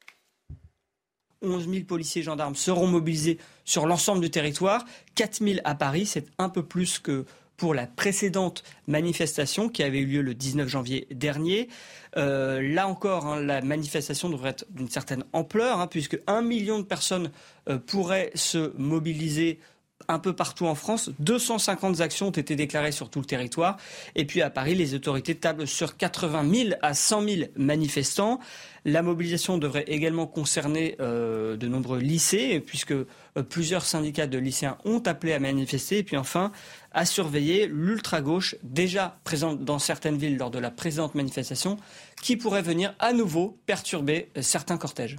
onze mille policiers et gendarmes seront mobilisés sur l'ensemble du territoire. quatre mille à Paris, c'est un peu plus que pour la précédente manifestation qui avait eu lieu le dix-neuf janvier dernier. Euh, là encore, hein, la manifestation devrait être d'une certaine ampleur, hein, puisque un million de personnes euh, pourraient se mobiliser un peu partout en France. deux cent cinquante actions ont été déclarées sur tout le territoire. Et puis à Paris, les autorités tablent sur quatre-vingt mille à cent mille manifestants. La mobilisation devrait également concerner euh, de nombreux lycées, puisque euh, plusieurs syndicats de lycéens ont appelé à manifester. Et puis enfin, à surveiller l'ultra-gauche, déjà présente dans certaines villes lors de la précédente manifestation, qui pourrait venir à nouveau perturber euh, certains cortèges.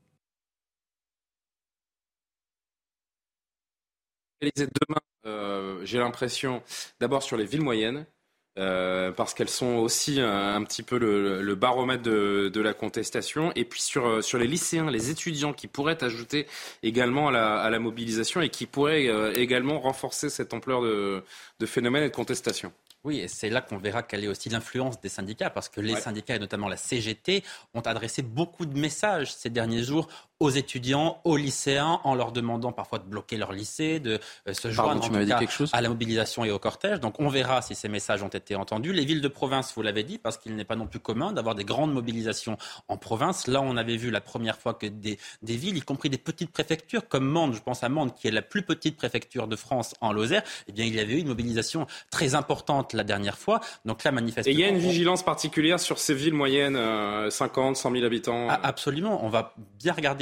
Demain, euh, j'ai l'impression, d'abord sur les villes moyennes, euh, parce qu'elles sont aussi un, un petit peu le, le baromètre de, de la contestation, et puis sur, sur les lycéens, les étudiants qui pourraient ajouter également à la, à la mobilisation et qui pourraient euh, également renforcer cette ampleur de, de phénomène et de contestation. Oui, et c'est là qu'on verra quelle est aussi l'influence des syndicats, parce que les ouais. syndicats, et notamment la C G T, ont adressé beaucoup de messages ces derniers jours aux étudiants, aux lycéens, en leur demandant parfois de bloquer leur lycée, de euh, se joindre Pardon, en tout cas quelque chose à la mobilisation et au cortège. Donc on verra si ces messages ont été entendus. Les villes de province, vous l'avez dit, parce qu'il n'est pas non plus commun d'avoir des grandes mobilisations en province. Là, on avait vu la première fois que des, des villes, y compris des petites préfectures, comme Mende, je pense à Mende, qui est la plus petite préfecture de France en Lozère, eh bien il y avait eu une mobilisation très importante la dernière fois. Donc là, manifestement... Et il y a une vigilance particulière sur ces villes moyennes, euh, cinquante, cent mille habitants. Ah, absolument. On va bien regarder ce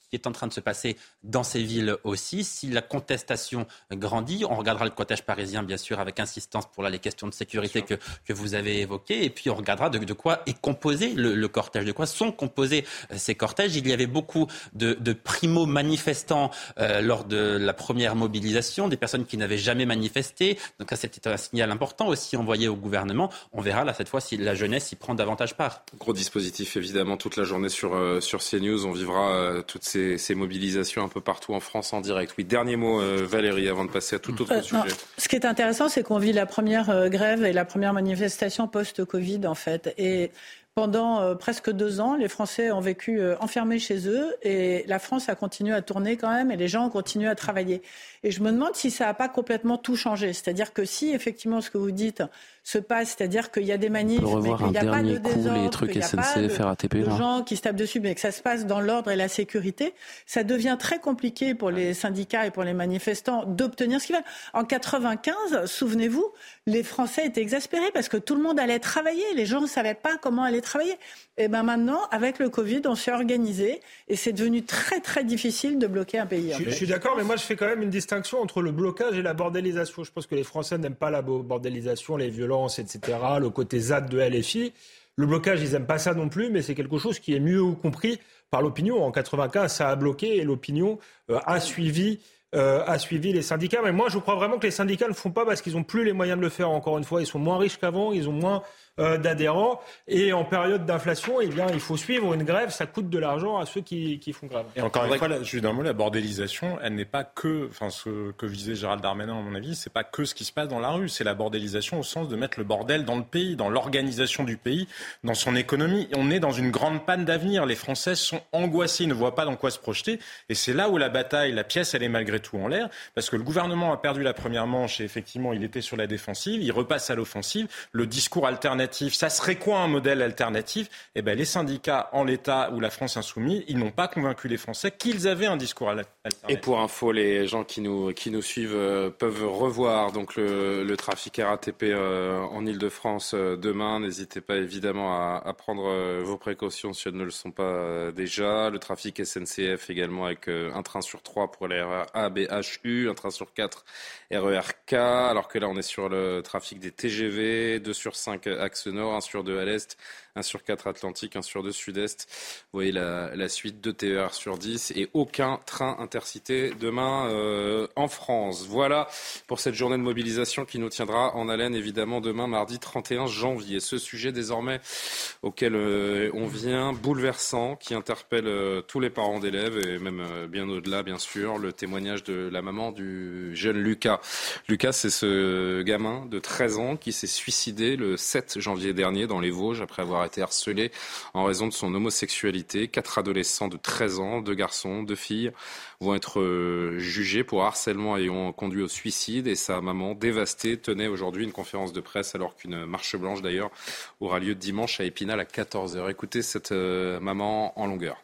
qui est en train de se passer dans ces villes aussi. Si la contestation grandit, on regardera le cortège parisien, bien sûr, avec insistance pour là, les questions de sécurité que, que vous avez évoquées. Et puis, on regardera de, de quoi est composé le, le cortège, de quoi sont composés ces cortèges. Il y avait beaucoup de, de primo-manifestants euh, lors de la première mobilisation, des personnes qui n'avaient jamais manifesté. Donc, ça, c'était un signal important aussi envoyé au gouvernement. On verra, là, cette fois, si la jeunesse y prend davantage part. Gros dispositif, évidemment, toute la journée sur, euh, sur CNews. On vivra euh, toutes ces, ces mobilisations un peu partout en France en direct. Oui, dernier mot, euh, Valérie, avant de passer à tout autre euh, sujet. Non. Ce qui est intéressant, c'est qu'on vit la première euh, grève et la première manifestation post-Covid, en fait. Et pendant euh, presque deux ans, les Français ont vécu euh, enfermés chez eux et la France a continué à tourner quand même et les gens ont continué à travailler. Et je me demande si ça n'a pas complètement tout changé. C'est-à-dire que si effectivement ce que vous dites se passe, c'est-à-dire qu'il y a des manifs, mais qu'il n'y a pas de désordre, les trucs qu'il n'y a S N C F, pas R A T P, de, là. de gens qui se tapent dessus, mais que ça se passe dans l'ordre et la sécurité, ça devient très compliqué pour les syndicats et pour les manifestants d'obtenir ce qu'ils veulent. En quatre-vingt-quinze, souvenez-vous, les Français étaient exaspérés parce que tout le monde allait travailler. Les gens ne savaient pas comment aller travailler. Et bien maintenant, avec le Covid, on s'est organisé et c'est devenu très très difficile de bloquer un pays. Je, je suis d'accord, mais moi je fais quand même une distinction entre le blocage et la bordélisation. Je pense que les Français n'aiment pas la bordélisation, les violences, et cetera, le côté Z A D de L F I. Le blocage, ils n'aiment pas ça non plus, mais c'est quelque chose qui est mieux compris par l'opinion. En quatre-vingt-quinze, ça a bloqué et l'opinion euh, a suivi. Euh, a suivi les syndicats. Mais moi, je crois vraiment que les syndicats ne le font pas parce qu'ils n'ont plus les moyens de le faire. Encore une fois, ils sont moins riches qu'avant, ils ont moins euh, d'adhérents. Et en période d'inflation, eh bien, il faut suivre une grève. Ça coûte de l'argent à ceux qui, qui font grève. Et encore une fois, là, juste d'un mot, la bordélisation, elle n'est pas que, enfin, ce que visait Gérald Darmanin, à mon avis, c'est pas que ce qui se passe dans la rue. C'est la bordélisation au sens de mettre le bordel dans le pays, dans l'organisation du pays, dans son économie. Et on est dans une grande panne d'avenir. Les Français sont angoissés, ils ne voient pas dans quoi se projeter. Et c'est là où la bataille, la pièce, elle est malgré tout en l'air, parce que le gouvernement a perdu la première manche et effectivement il était sur la défensive, il repasse à l'offensive. Le discours alternatif, ça serait quoi un modèle alternatif ? Eh ben les syndicats en l'état ou la France insoumise, ils n'ont pas convaincu les Français qu'ils avaient un discours alternatif. Et pour info, les gens qui nous qui nous suivent euh, peuvent revoir donc le, le trafic R A T P euh, en Ile-de-France euh, demain. N'hésitez pas évidemment à, à prendre euh, vos précautions si elles ne le sont pas euh, déjà. Le trafic S N C F également avec euh, un train sur trois pour les R E R A, B, H, U, un train sur quatre R E R K, alors que là on est sur le trafic des T G V, deux sur cinq axe nord, un sur deux à l'est, un sur quatre Atlantique, un sur deux sud-est. Vous voyez la, la suite, deux T E R sur dix et aucun train intercité demain euh, en France. Voilà pour cette journée de mobilisation qui nous tiendra en haleine évidemment demain mardi trente et un janvier. Ce sujet désormais auquel euh, on vient, bouleversant, qui interpelle euh, tous les parents d'élèves et même euh, bien au-delà bien sûr, le témoignage de la maman du jeune Lucas. Lucas, c'est ce gamin de treize ans qui s'est suicidé le sept janvier dernier dans les Vosges après avoir été harcelé en raison de son homosexualité. Quatre adolescents de treize ans, deux garçons, deux filles, vont être euh, jugés pour harcèlement ayant conduit au suicide et sa maman dévastée tenait aujourd'hui une conférence de presse alors qu'une marche blanche d'ailleurs aura lieu dimanche à Épinal à quatorze heures. Écoutez cette euh, maman en longueur.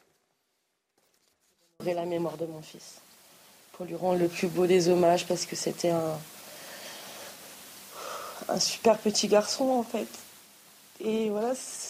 J'aurai la mémoire de mon fils pour lui rendre le plus beau des hommages parce que c'était un un super petit garçon en fait. Et voilà,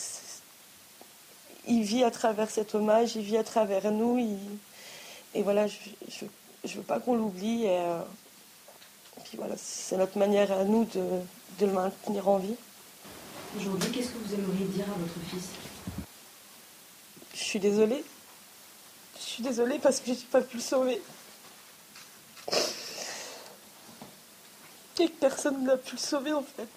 il vit à travers cet hommage, il vit à travers nous. Il... Et voilà, je ne je, je veux pas qu'on l'oublie. Et, euh... et puis voilà, c'est notre manière à nous de, de le maintenir en vie. Aujourd'hui, qu'est-ce que vous aimeriez dire à votre fils ? Je suis désolée. Je suis désolée parce que je n'ai pas pu le sauver. Et que personne n'a pu le sauver en fait.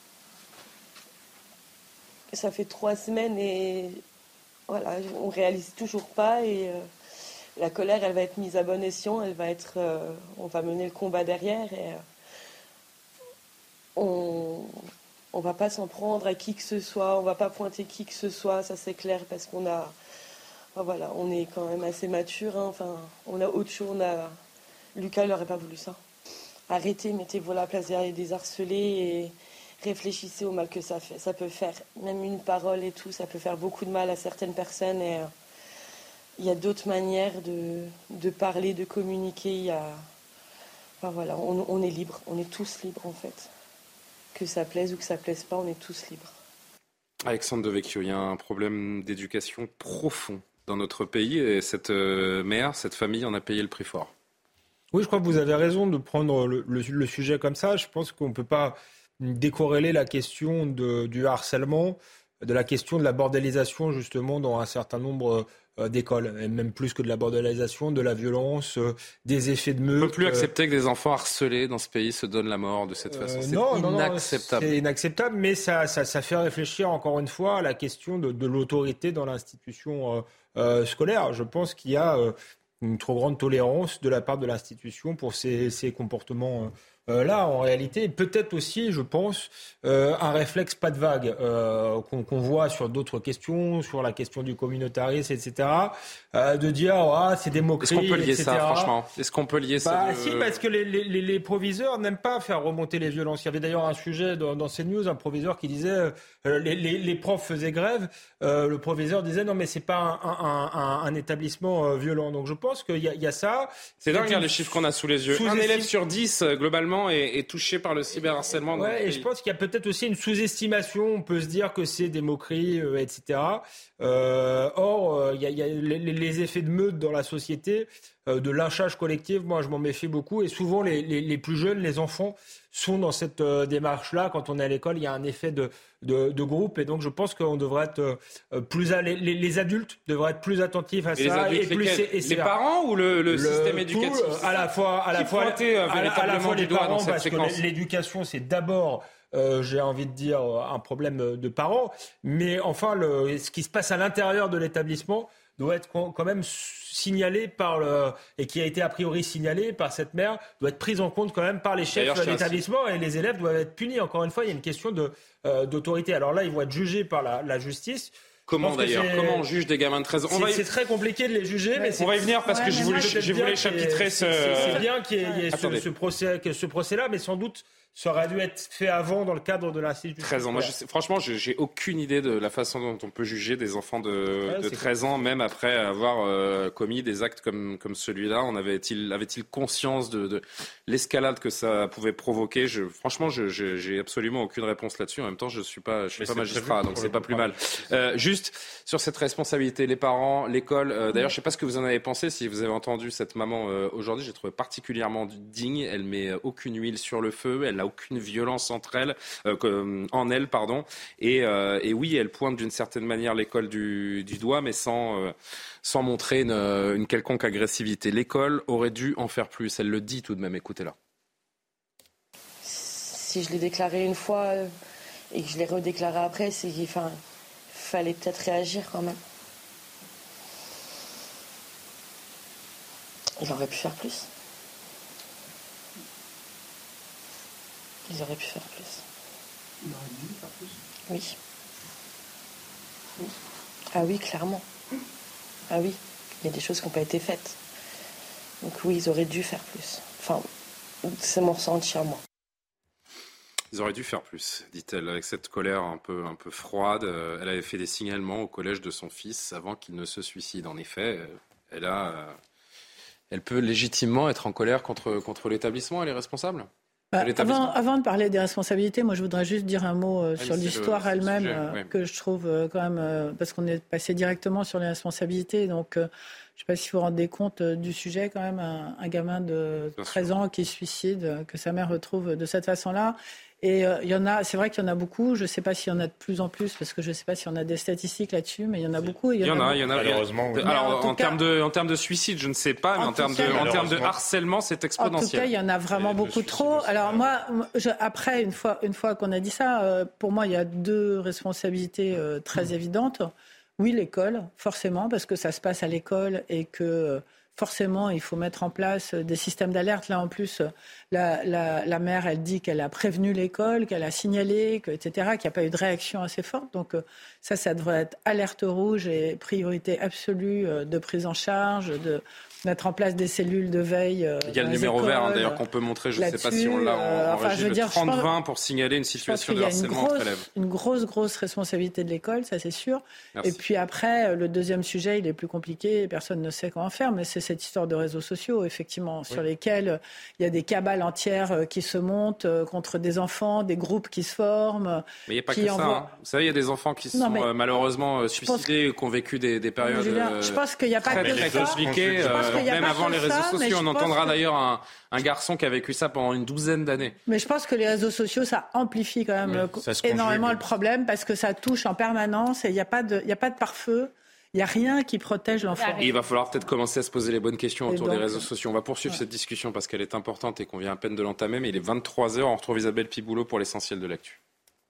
Ça fait trois semaines et voilà, on réalise toujours pas et euh, la colère, elle va être mise à bon escient, elle va être, euh, on va mener le combat derrière et euh, on, on va pas s'en prendre à qui que ce soit, on va pas pointer qui que ce soit, ça c'est clair parce qu'on a, enfin, voilà, on est quand même assez mature, hein, enfin, on a autre chose, on a, Lucas il n'aurait pas voulu ça. Arrêtez, mettez-vous à la place des harcelés et réfléchissez au mal que ça fait. Ça peut faire, même une parole et tout, ça peut faire beaucoup de mal à certaines personnes. Et il euh, y a d'autres manières de, de parler, de communiquer. Il y a, enfin voilà, on, on est libre, on est tous libres en fait. Que ça plaise ou que ça plaise pas, on est tous libres. Alexandre Devecchio, il y a un problème d'éducation profond dans notre pays et cette euh, mère, cette famille en a payé le prix fort. Oui, je crois que vous avez raison de prendre le, le, le sujet comme ça. Je pense qu'on ne peut pas décorréler la question de, du harcèlement de la question de la bordélisation, justement, dans un certain nombre euh, d'écoles. Et même plus que de la bordélisation, de la violence, euh, des effets de meute. On ne peut plus accepter que des enfants harcelés dans ce pays se donnent la mort de cette façon. Euh, c'est non, inacceptable. Non, c'est inacceptable, mais ça, ça, ça fait réfléchir, encore une fois, à la question de, de l'autorité dans l'institution euh, euh, scolaire. Je pense qu'il y a... Euh, une trop grande tolérance de la part de l'institution pour ces, ces comportements euh, là, en réalité. Peut-être aussi, je pense, euh, un réflexe pas de vague euh, qu'on, qu'on voit sur d'autres questions, sur la question du communautarisme, et cetera, euh, de dire ah, c'est des moqueries, Est-ce qu'on peut lier et cetera. ça, franchement Est-ce qu'on peut lier bah, ça de... Si, parce que les, les, les proviseurs n'aiment pas faire remonter les violences. Il y avait d'ailleurs un sujet dans, dans CNews, un proviseur qui disait euh, les, les, les profs faisaient grève, euh, le proviseur disait non mais c'est pas un, un, un, un établissement euh, violent. Donc je pense qu'il y a, il y a ça. C'est dingue une... les chiffres qu'on a sous les yeux. Sous un élève sur dix globalement est, est touché par le cyberharcèlement. Ouais, et je pense qu'il y a peut-être aussi une sous-estimation. On peut se dire que c'est des moqueries, euh, et cetera. Euh, or, euh, il y a, il y a les, les effets de meute dans la société, euh, de lynchage collectif. Moi, je m'en méfie beaucoup. Et souvent, les, les, les plus jeunes, les enfants, sont dans cette euh, démarche-là. Quand on est à l'école, il y a un effet de, de, de groupe. Et donc, je pense qu'on devrait être euh, plus... À, les, les adultes devraient être plus attentifs à et ça. Les, adultes, et plus et les parents ou le, le, le système éducatif tout, À la fois, à la fois, pointait, à, à, à la fois les parents, parce séquence. que l'éducation, c'est d'abord... Euh, j'ai envie de dire un problème de parents, mais enfin le, ce qui se passe à l'intérieur de l'établissement doit être quand même signalé par le, et qui a été a priori signalé par cette mère, doit être prise en compte quand même par les chefs de l'établissement et les élèves doivent être punis. Encore une fois, il y a une question de, euh, d'autorité. Alors là, ils vont être jugés par la, la justice. Comment d'ailleurs Comment on juge des gamins de treize ans c'est, on va y... c'est très compliqué de les juger, ouais, mais c'est... on va y venir parce ouais, que je voulais, je voulais chapitrer ce... C'est, c'est bien qu'il y ait, il y ait ce, ce, procès, ce procès-là, mais sans doute ça aurait dû être fait avant dans le cadre de l'institution. treize ans. Moi, je sais, franchement, je, j'ai aucune idée de la façon dont on peut juger des enfants de, ouais, de treize ans, même après avoir euh, commis des actes comme, comme celui-là. On avait-il, avait-il conscience de, de l'escalade que ça pouvait provoquer je, Franchement, je, je, j'ai absolument aucune réponse là-dessus. En même temps, je ne suis pas, je suis pas magistrat, donc c'est pas plus mal. Euh, juste sur cette responsabilité, les parents, l'école. Euh, d'ailleurs, je ne sais pas ce que vous en avez pensé. Si vous avez entendu cette maman euh, aujourd'hui, j'ai trouvé particulièrement digne. Elle met aucune huile sur le feu. Elle a aucune violence entre elles, euh, en elle, pardon. Et, euh, et oui, elle pointe d'une certaine manière l'école du, du doigt, mais sans, euh, sans montrer une, une quelconque agressivité. L'école aurait dû en faire plus. Elle le dit tout de même. Écoutez-la. Si je l'ai déclaré une fois et que je l'ai redéclaré après, c'est qu'il enfin, fallait peut-être réagir quand même. Il aurait pu faire plus. Ils auraient pu faire plus. Ils auraient dû faire plus. Oui. oui. Ah oui, clairement. Ah oui, il y a des choses qui n'ont pas été faites. Donc oui, ils auraient dû faire plus. Enfin, c'est mon ressenti à moi. Ils auraient dû faire plus, dit-elle, avec cette colère un peu, un peu froide. Elle avait fait des signalements au collège de son fils avant qu'il ne se suicide. En effet, elle, a, elle peut légitimement être en colère contre, contre l'établissement. Elle est responsable. Bah, avant, avant de parler des responsabilités, moi je voudrais juste dire un mot euh, sur l'histoire le, elle-même sujet, euh, ouais. que je trouve euh, quand même, euh, parce qu'on est passé directement sur les responsabilités, donc euh, je ne sais pas si vous vous rendez compte euh, du sujet quand même, un, un gamin de Bien treize sûr. Ans qui se suicide, euh, que sa mère retrouve de cette façon-là. Et il euh, y en a, c'est vrai qu'il y en a beaucoup. Je ne sais pas s'il y en a de plus en plus, parce que je ne sais pas si on a des statistiques là-dessus, mais il y en a beaucoup. Il y, y en a, il y y en a. Malheureusement, oui. Alors, en, en, cas, termes de, en termes de suicide, je ne sais pas, mais en, en termes, cas, de, en termes de harcèlement, c'est exponentiel. En tout cas, il y en a vraiment Et beaucoup trop. Alors moi, je, après, une fois, une fois qu'on a dit ça, euh, pour moi, il y a deux responsabilités euh, très mmh. évidentes. Oui, l'école, forcément, parce que ça se passe à l'école et que... Euh, forcément, il faut mettre en place des systèmes d'alerte. Là, en plus, la, la, la mère, elle dit qu'elle a prévenu l'école, qu'elle a signalé, que, et cetera, qu'il n'y a pas eu de réaction assez forte. Donc ça, ça devrait être alerte rouge et priorité absolue de prise en charge, de mettre en place des cellules de veille. Il y a le numéro écoles, vert, hein, d'ailleurs, qu'on peut montrer, je ne sais pas si on l'a en, euh, enfin, en régie, le trente vingt pour signaler une situation de harcèlement entre élèves. Il y a une grosse, grosse responsabilité de l'école, ça c'est sûr. Merci. Et puis après, le deuxième sujet, il est plus compliqué, personne ne sait comment faire, mais c'est cette histoire de réseaux sociaux, effectivement, oui. sur lesquels il y a des cabales entières qui se montent contre des enfants, des groupes qui se forment. Mais il n'y a pas que envoient... ça. Hein. Vous savez, il y a des enfants qui se non, sont malheureusement suicidés, que... qui ont vécu des, des périodes Julien, je pense qu'il n'y a pas très, que très ça. compliquées, euh, même avant les réseaux ça, sociaux. On entendra que... d'ailleurs un, un garçon qui a vécu ça pendant une douzaine d'années. Mais je pense que les réseaux sociaux, ça amplifie quand même oui, énormément le problème parce que ça touche en permanence et il n'y a pas de, il n'y a pas de pare-feu. Il n'y a rien qui protège l'enfant. Il va falloir peut-être commencer à se poser les bonnes questions autour donc, des réseaux sociaux. On va poursuivre ouais. cette discussion parce qu'elle est importante et qu'on vient à peine de l'entamer. Mais il est vingt-trois heures. On retrouve Isabelle Piboulot pour l'essentiel de l'actu.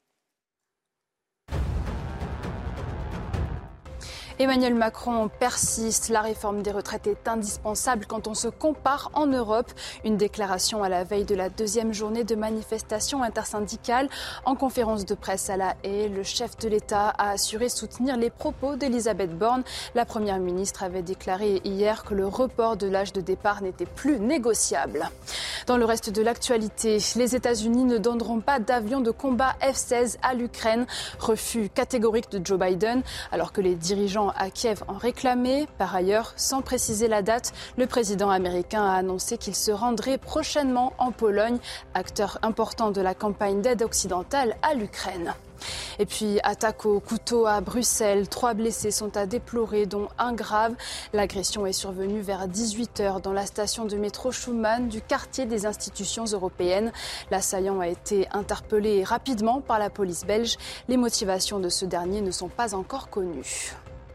Emmanuel Macron persiste. La réforme des retraites est indispensable quand on se compare en Europe. Une déclaration à la veille de la deuxième journée de manifestation intersyndicale. En conférence de presse à La Haye, le chef de l'État a assuré soutenir les propos d'Elisabeth Borne. La première ministre avait déclaré hier que le report de l'âge de départ n'était plus négociable. Dans le reste de l'actualité, les États-Unis ne donneront pas d'avions de combat F seize à l'Ukraine. Refus catégorique de Joe Biden, alors que les dirigeants à Kiev en réclamaient. Par ailleurs, sans préciser la date, le président américain a annoncé qu'il se rendrait prochainement en Pologne, acteur important de la campagne d'aide occidentale à l'Ukraine. Et puis, attaque au couteau à Bruxelles. Trois blessés sont à déplorer, dont un grave. L'agression est survenue vers dix-huit heures dans la station de métro Schumann du quartier des institutions européennes. L'assaillant a été interpellé rapidement par la police belge. Les motivations de ce dernier ne sont pas encore connues.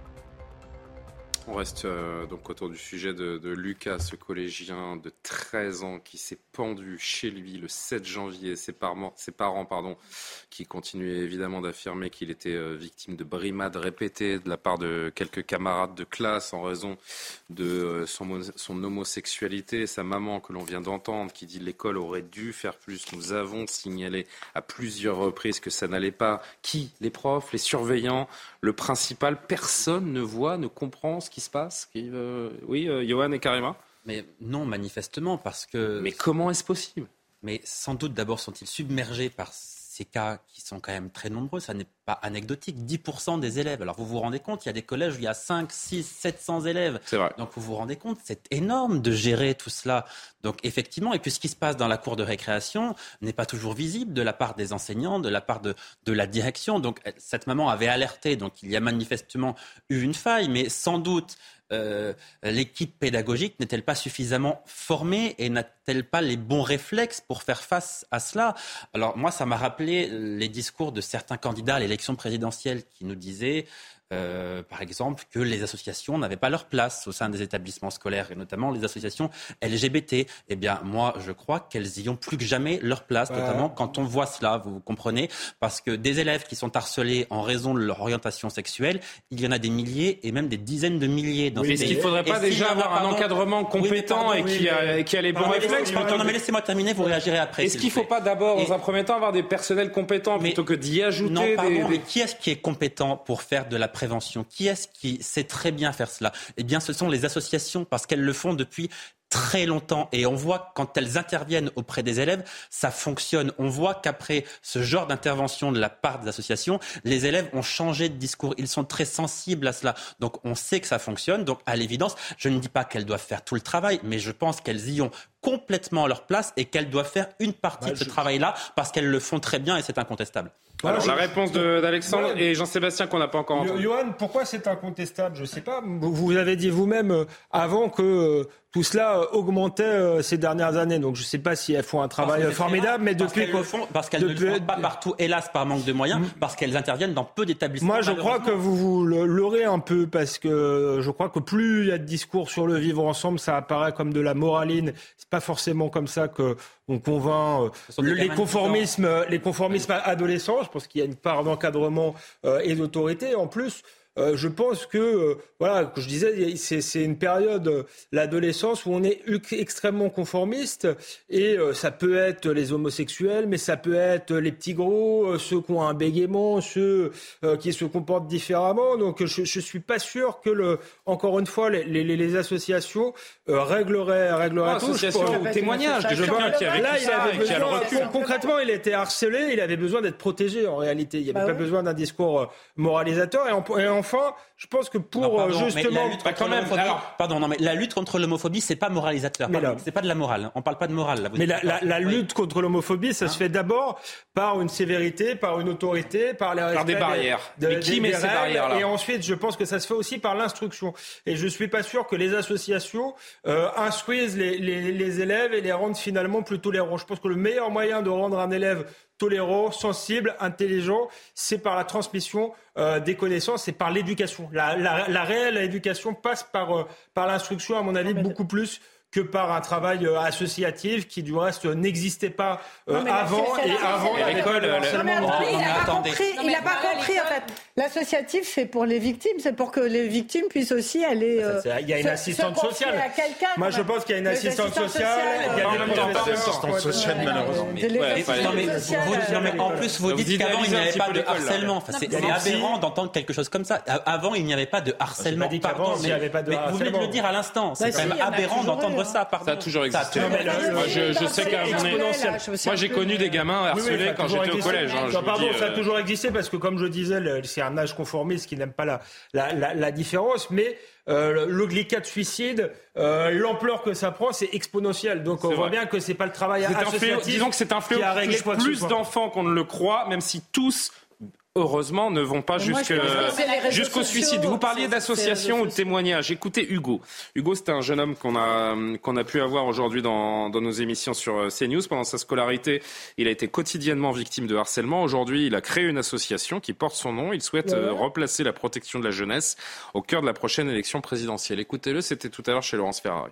On reste euh, donc autour du sujet de, de Lucas, ce collégien de treize ans qui s'est pendu chez lui le sept janvier. Ses parents, ses parents pardon, qui continuaient évidemment d'affirmer qu'il était euh, victime de brimades répétées de la part de quelques camarades de classe en raison de euh, son, son homosexualité. Sa maman que l'on vient d'entendre qui dit que l'école aurait dû faire plus. Nous avons signalé à plusieurs reprises que ça n'allait pas. Qui ? Les profs, les surveillants, le principal. Personne ne voit, ne comprend ce qui se passe. Qui, euh, oui, euh, Johan et Karima ? Mais non, manifestement, parce que... Mais comment est-ce possible ? Mais sans doute, d'abord, sont-ils submergés par ces cas qui sont quand même très nombreux. Ça n'est pas anecdotique. dix pour cent des élèves. Alors, vous vous rendez compte, il y a des collèges où il y a cinq, six, sept cents élèves. C'est vrai. Donc, vous vous rendez compte, c'est énorme de gérer tout cela. Donc, effectivement, et puis ce qui se passe dans la cour de récréation n'est pas toujours visible de la part des enseignants, de la part de, de la direction. Donc, cette maman avait alerté. Donc, il y a manifestement eu une faille, mais sans doute... Euh, l'équipe pédagogique n'est-elle pas suffisamment formée et n'a-t-elle pas les bons réflexes pour faire face à cela ? Alors moi, ça m'a rappelé les discours de certains candidats à l'élection présidentielle qui nous disaient, euh, par exemple, que les associations n'avaient pas leur place au sein des établissements scolaires, et notamment les associations L G B T. Eh bien, moi, je crois qu'elles y ont plus que jamais leur place, ouais. Notamment quand on voit cela, vous comprenez ? Parce que des élèves qui sont harcelés en raison de leur orientation sexuelle, il y en a des milliers et même des dizaines de milliers dans oui, ce Est-ce pays. qu'il ne faudrait pas et déjà si avoir un pardon, encadrement compétent oui, pardon, et, qui a, et qui a les bons réflexes plutôt... Non, mais laissez-moi terminer, vous réagirez après. Est-ce qu'il ne faut pas d'abord, et... dans un premier temps, avoir des personnels compétents mais... plutôt que d'y ajouter non, pardon, des... Non, mais qui est-ce qui est compétent pour faire de la prévention ? Qui est-ce qui sait très bien faire cela ? Eh bien, ce sont les associations, parce qu'elles le font depuis très longtemps. Et on voit, quand elles interviennent auprès des élèves, ça fonctionne. On voit qu'après ce genre d'intervention de la part des associations, les élèves ont changé de discours. Ils sont très sensibles à cela. Donc, on sait que ça fonctionne. Donc, à l'évidence, je ne dis pas qu'elles doivent faire tout le travail, mais je pense qu'elles y ont complètement leur place et qu'elles doivent faire une partie bah, de ce je... travail-là parce qu'elles le font très bien et c'est incontestable. Alors, Alors, la réponse de, d'Alexandre ouais. et Jean-Sébastien qu'on n'a pas encore entendu. Johan, pourquoi c'est incontestable ? Je ne sais pas. Vous avez dit vous-même euh, avant que euh, tout cela euh, augmentait euh, ces dernières années. Donc je ne sais pas si elles font un travail parce formidable, mais parce depuis qu'elles le font, parce qu'elles depuis... ne le font pas partout, hélas, par manque de moyens, mmh. parce qu'elles interviennent dans peu d'établissements. Moi, je crois que vous vous leurrez un peu parce que je crois que plus il y a de discours sur le vivre ensemble, ça apparaît comme de la moraline. C'est pas forcément comme ça que on convainc euh, les conformismes, les conformismes adolescents. Je pense qu'il y a une part d'encadrement euh, et d'autorité en plus. Euh, je pense que, euh, voilà, que je disais, c'est, c'est une période, euh, l'adolescence, où on est extrêmement conformiste, et euh, ça peut être les homosexuels, mais ça peut être les petits gros, euh, ceux qui ont un bégaiement, ceux euh, qui se comportent différemment. Donc, je, je suis pas sûr que, le, encore une fois, les, les, les associations euh, régleraient, régleraient non, tout. Association ou témoignage de quelqu'un qui a vécu là, ça il avait et besoin, qui a le recul. Concrètement, il était harcelé, il avait besoin d'être protégé, en réalité. Il n'y avait bah pas oui. besoin d'un discours moralisateur, et en, et en enfin, je pense que pour non, pardon, justement... Mais la lutte contre l'homophobie, alors, pardon, non, mais la lutte contre l'homophobie, c'est pas moralisateur. Mais là, c'est pas de la morale. On parle pas de morale. Là, mais la, la, la lutte oui. contre l'homophobie, ça hein? se fait d'abord par une sévérité, par une autorité, par, les par des barrières. De, de, mais qui des, met des ces règles, barrières-là? Et ensuite, je pense que ça se fait aussi par l'instruction. Et je suis pas sûr que les associations euh, instruisent les, les, les élèves et les rendent finalement plus tolérants. Je pense que le meilleur moyen de rendre un élève tolérant, sensible, intelligent, c'est par la transmission euh, des connaissances, c'est par l'éducation. La, la, la réelle éducation passe par, euh, par l'instruction, à mon avis, beaucoup plus que par un travail euh, associatif qui, du reste, n'existait pas euh, non, avant et avant à l'école. Non, mais attendez, il n'a pas compris, il n'a pas compris en fait. L'associatif, c'est pour les victimes, c'est pour que les victimes puissent aussi aller. Euh, il y a une assistante sociale. Moi, je pense qu'il y a une assistante sociale. Il y a des assistante sociale, malheureusement. Non, mais en plus, vous dites qu'avant, il n'y avait pas de harcèlement. C'est aberrant d'entendre quelque chose comme ça. Avant, il n'y avait pas de harcèlement. Pardon, mais vous venez de le dire à l'instant. C'est quand même aberrant d'entendre ça, pardon. Ça a toujours existé. Ça, mais le, moi, je, je sais qu'à mon moi, j'ai connu des gamins harcelés oui, oui, quand j'étais existé. au collège. Hein, non, pardon, dis, ça a euh... toujours existé parce que, comme je disais, le, c'est un âge conformiste qui n'aime pas la, la, la, la différence, mais euh, le, les cas de suicide, euh, l'ampleur que ça prend, c'est exponentiel. Donc, on voit bien que c'est pas le travail associatif. Disons que c'est un fléau qui touche plus d'enfants qu'on ne le croit, même si tous heureusement, ne vont pas jusque, jusqu'au suicide. Vous parliez d'associations ou de témoignages. Écoutez Hugo. Hugo, c'est un jeune homme qu'on a, qu'on a pu avoir aujourd'hui dans, dans nos émissions sur CNews. Pendant sa scolarité, il a été quotidiennement victime de harcèlement. Aujourd'hui, il a créé une association qui porte son nom. Il souhaite ouais. replacer la protection de la jeunesse au cœur de la prochaine élection présidentielle. Écoutez-le, c'était tout à l'heure chez Laurence Ferrari.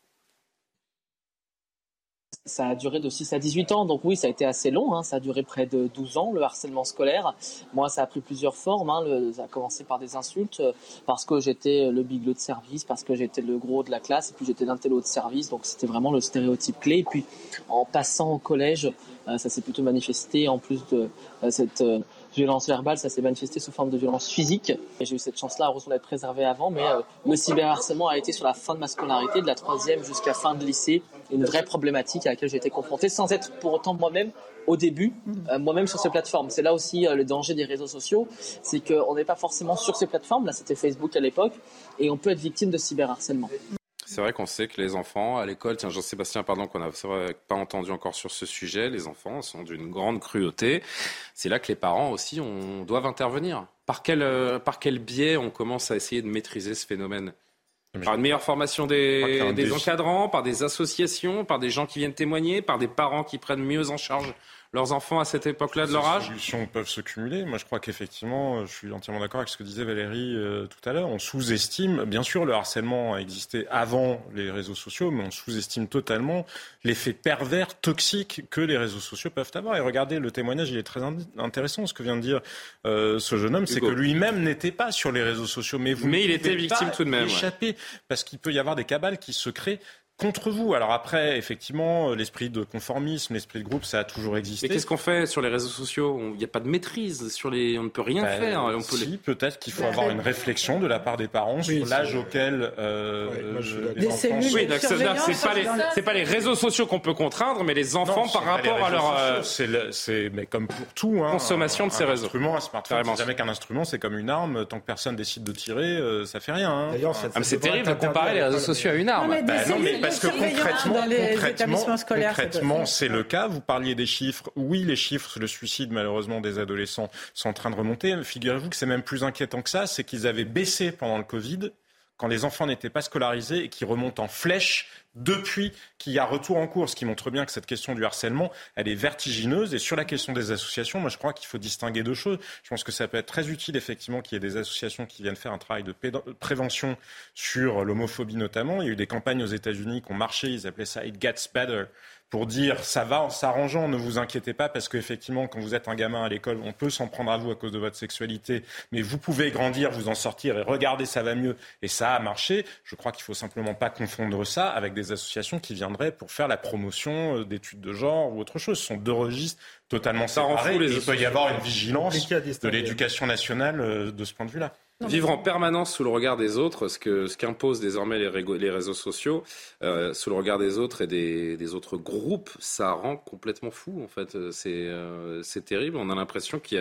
Ça a duré de six à dix-huit ans, donc oui, ça a été assez long, hein. Ça a duré près de douze ans, le harcèlement scolaire. Moi, ça a pris plusieurs formes, hein. Le, ça a commencé par des insultes, parce que j'étais le biglot de service, parce que j'étais le gros de la classe, et puis j'étais l'intello de service, donc c'était vraiment le stéréotype clé. Et puis, en passant au collège, euh, ça s'est plutôt manifesté, en plus de euh, cette... Euh, violence verbale, ça s'est manifesté sous forme de violence physique. Et j'ai eu cette chance-là, heureusement, d'être préservé avant, mais euh, le cyberharcèlement a été sur la fin de ma scolarité, de la troisième jusqu'à fin de lycée, une vraie problématique à laquelle j'ai été confronté, sans être pour autant moi-même au début, euh, moi-même sur ces plateformes. C'est là aussi euh, le danger des réseaux sociaux, c'est qu'on n'est pas forcément sur ces plateformes, là c'était Facebook à l'époque, et on peut être victime de cyberharcèlement. C'est vrai qu'on sait que les enfants, à l'école, tiens Jean-Sébastien, pardon, qu'on n'a pas entendu encore sur ce sujet, les enfants sont d'une grande cruauté. C'est là que les parents aussi on, doivent intervenir. Par quel, euh, par quel biais on commence à essayer de maîtriser ce phénomène ? Par une meilleure formation des, des encadrants, par des associations, par des gens qui viennent témoigner, par des parents qui prennent mieux en charge leurs enfants à cette époque-là de leur âge ? Les solutions peuvent se cumuler. Moi, je crois qu'effectivement, je suis entièrement d'accord avec ce que disait Valérie euh, tout à l'heure. On sous-estime, bien sûr, le harcèlement a existé avant les réseaux sociaux, mais on sous-estime totalement l'effet pervers, toxique que les réseaux sociaux peuvent avoir. Et regardez, le témoignage, il est très intéressant. Ce que vient de dire euh, ce jeune homme, c'est que lui-même n'était pas sur les réseaux sociaux. Mais, vous mais il était victime tout de même. Échapper, ouais. Parce qu'il peut y avoir des cabales qui se créent contre vous. Alors après, effectivement, l'esprit de conformisme, l'esprit de groupe, ça a toujours existé. Mais qu'est-ce qu'on fait sur les réseaux sociaux ? Il n'y a pas de maîtrise sur les. On ne peut rien ben, faire. On peut si, les... peut-être qu'il faut ben, avoir une réflexion de la part des parents oui, sur l'âge auquel euh, oui, moi, je les enfants. Oui, donc c'est, c'est pas les, c'est pas les réseaux sociaux qu'on peut contraindre, mais les enfants non, par rapport à leur. Euh... C'est, le, c'est mais comme pour tout. Hein, consommation un, de ces un réseaux. Instrument, un smartphone. C'est jamais qu'un instrument, c'est comme une arme. Tant que personne décide de tirer, euh, ça fait rien. Hein. D'ailleurs, ça, ah, mais c'est terrible de comparer les réseaux sociaux à une arme. Non, mais parce que concrètement. Dans les concrètement, scolaires, concrètement c'est le cas. Vous parliez des chiffres. Oui, les chiffres, le suicide, malheureusement, des adolescents sont en train de remonter. Figurez-vous que c'est même plus inquiétant que ça. C'est qu'ils avaient baissé pendant le Covid, quand les enfants n'étaient pas scolarisés, et qui remontent en flèche depuis qu'il y a retour en cours. Ce qui montre bien que cette question du harcèlement, elle est vertigineuse. Et sur la question des associations, moi, je crois qu'il faut distinguer deux choses. Je pense que ça peut être très utile, effectivement, qu'il y ait des associations qui viennent faire un travail de péd- prévention sur l'homophobie, notamment. Il y a eu des campagnes aux États-Unis qui ont marché. Ils appelaient ça « It gets better ». Pour dire ça va en s'arrangeant, ne vous inquiétez pas, parce qu'effectivement, quand vous êtes un gamin à l'école, on peut s'en prendre à vous à cause de votre sexualité, mais vous pouvez grandir, vous en sortir et regardez, ça va mieux. Et ça a marché. Je crois qu'il ne faut simplement pas confondre ça avec des associations qui viendraient pour faire la promotion d'études de genre ou autre chose. Ce sont deux registres totalement séparés. Il peut y avoir une vigilance de l'éducation nationale de ce point de vue-là. Vivre en permanence sous le regard des autres, ce, que, ce qu'imposent désormais les, régo- les réseaux sociaux, euh, sous le regard des autres et des, des autres groupes, ça rend complètement fou, en fait. C'est, euh, c'est terrible. On a l'impression qu'il y a,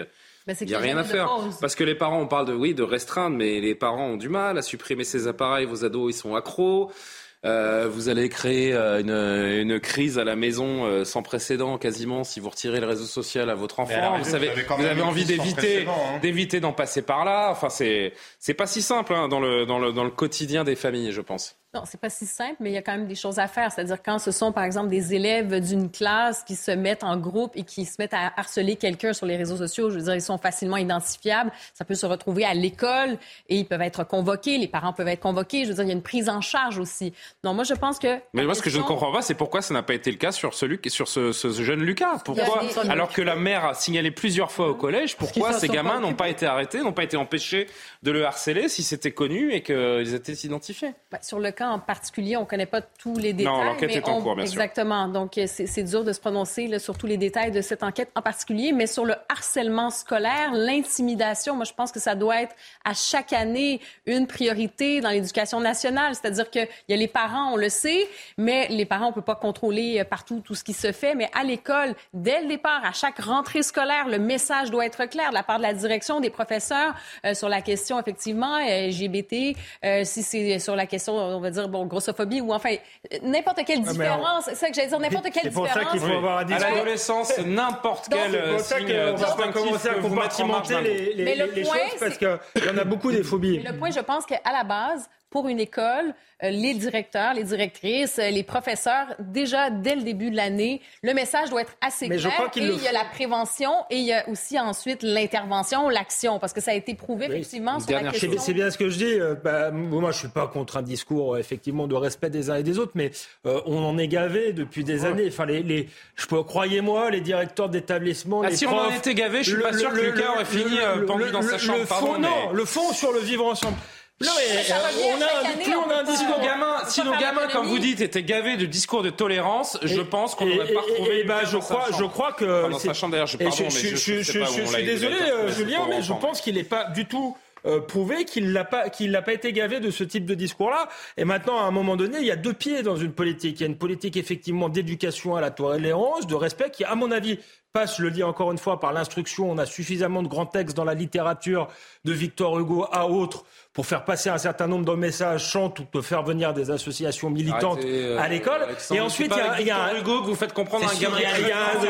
Ben, il n'y a rien à faire. Parce que les parents, on parle de, oui, de restreindre, mais les parents ont du mal à supprimer ces appareils. Vos ados, ils sont accros. Euh, vous allez créer euh, une, une crise à la maison euh, sans précédent quasiment si vous retirez le réseau social à votre enfant. Alors, vous, savez, vous avez, vous avez envie d'éviter, hein. d'éviter d'en passer par là. Enfin, c'est, c'est pas si simple hein, dans, le, dans, le, dans le quotidien des familles, je pense. Non, c'est pas si simple, mais il y a quand même des choses à faire. C'est-à-dire quand ce sont, par exemple, des élèves d'une classe qui se mettent en groupe et qui se mettent à harceler quelqu'un sur les réseaux sociaux, je veux dire, ils sont facilement identifiables. Ça peut se retrouver à l'école et ils peuvent être convoqués. Les parents peuvent être convoqués. Je veux dire, il y a une prise en charge aussi. Non, moi, je pense que... Mais moi, ce que je ne comprends pas, c'est pourquoi ça n'a pas été le cas sur, celui, sur ce, ce jeune Lucas. Pourquoi, des... alors que la mère a signalé plusieurs fois au collège, pourquoi ces gamins n'ont pas été arrêtés, n'ont pas été empêchés de le harceler si c'était connu et qu'ils étaient identifiés? Ben, sur le cas en particulier, on ne connaît pas tous les détails. Non, l'enquête mais est en on... cours, bien Exactement. sûr. Donc, c'est, c'est dur de se prononcer là, sur tous les détails de cette enquête en particulier. Mais sur le harcèlement scolaire, l'intimidation, moi, je pense que ça doit être à chaque année une priorité dans l'éducation nationale. C'est-à-dire qu'il y a les parents, on le sait, mais les parents, on ne peut pas contrôler partout tout ce qui se fait. Mais à l'école, dès le départ, à chaque rentrée scolaire, le message doit être clair de la part de la direction, des professeurs, euh, sur la question, effectivement, L G B T, euh, si c'est sur la question, on va dire, bon, grossophobie ou enfin, n'importe quelle différence. C'est ça que j'allais dire, n'importe quelle différence. C'est pour ça qu'il faut oui. avoir un discours. À l'adolescence, n'importe donc, quel c'est pour ça signe qu'on va pas commencer à compartimenter les, les, les, les choses parce qu'il y en a beaucoup des phobies. Mais le point, je pense qu'à la base, pour une école, euh, les directeurs, les directrices, euh, les professeurs, déjà dès le début de l'année, le message doit être assez mais clair. Je crois qu'il et le il y a la prévention et il y a aussi ensuite l'intervention, l'action, parce que ça a été prouvé oui. effectivement sur la question. C'est, c'est bien ce que je dis. Euh, bah, moi, je suis pas contre un discours effectivement de respect des uns et des autres, mais euh, on en est gavé depuis des ouais. années. Enfin, les, les, je peux, croyez-moi, les directeurs d'établissement, ah, les si profs, on en était gavé, je suis le, pas sûr le, que le, Lucas aurait fini le, pendu le, dans sa chambre. Le pardon, fond, mais... non, le fond sur le vivre ensemble. Non mais euh, on a un, plus on a un discours. Si nos gamins, si nos gamins comme vous dites, étaient gavés de discours de tolérance, et, je pense qu'on n'aurait pas retrouvé. Et bah, je crois, je crois que. Enfin, dans sa chambre d'ailleurs, je pardon, je, mais je, je, je, je, je suis désolé, Julien, mais je pense qu'il n'est pas du tout. Euh, prouvé qu'il n'a pas qu'il n'a pas été gavé de ce type de discours-là. Et maintenant, à un moment donné, il y a deux pieds dans une politique. Il y a une politique effectivement d'éducation à la tolérance, de respect, qui, à mon avis, passe, je le dis encore une fois, par l'instruction. On a suffisamment de grands textes dans la littérature de Victor Hugo à autres pour faire passer un certain nombre de messages, chantent ou faire venir des associations militantes euh, à l'école. Alexandre, et ensuite, il y a, un Hugo que vous faites comprendre à un gamin. Il y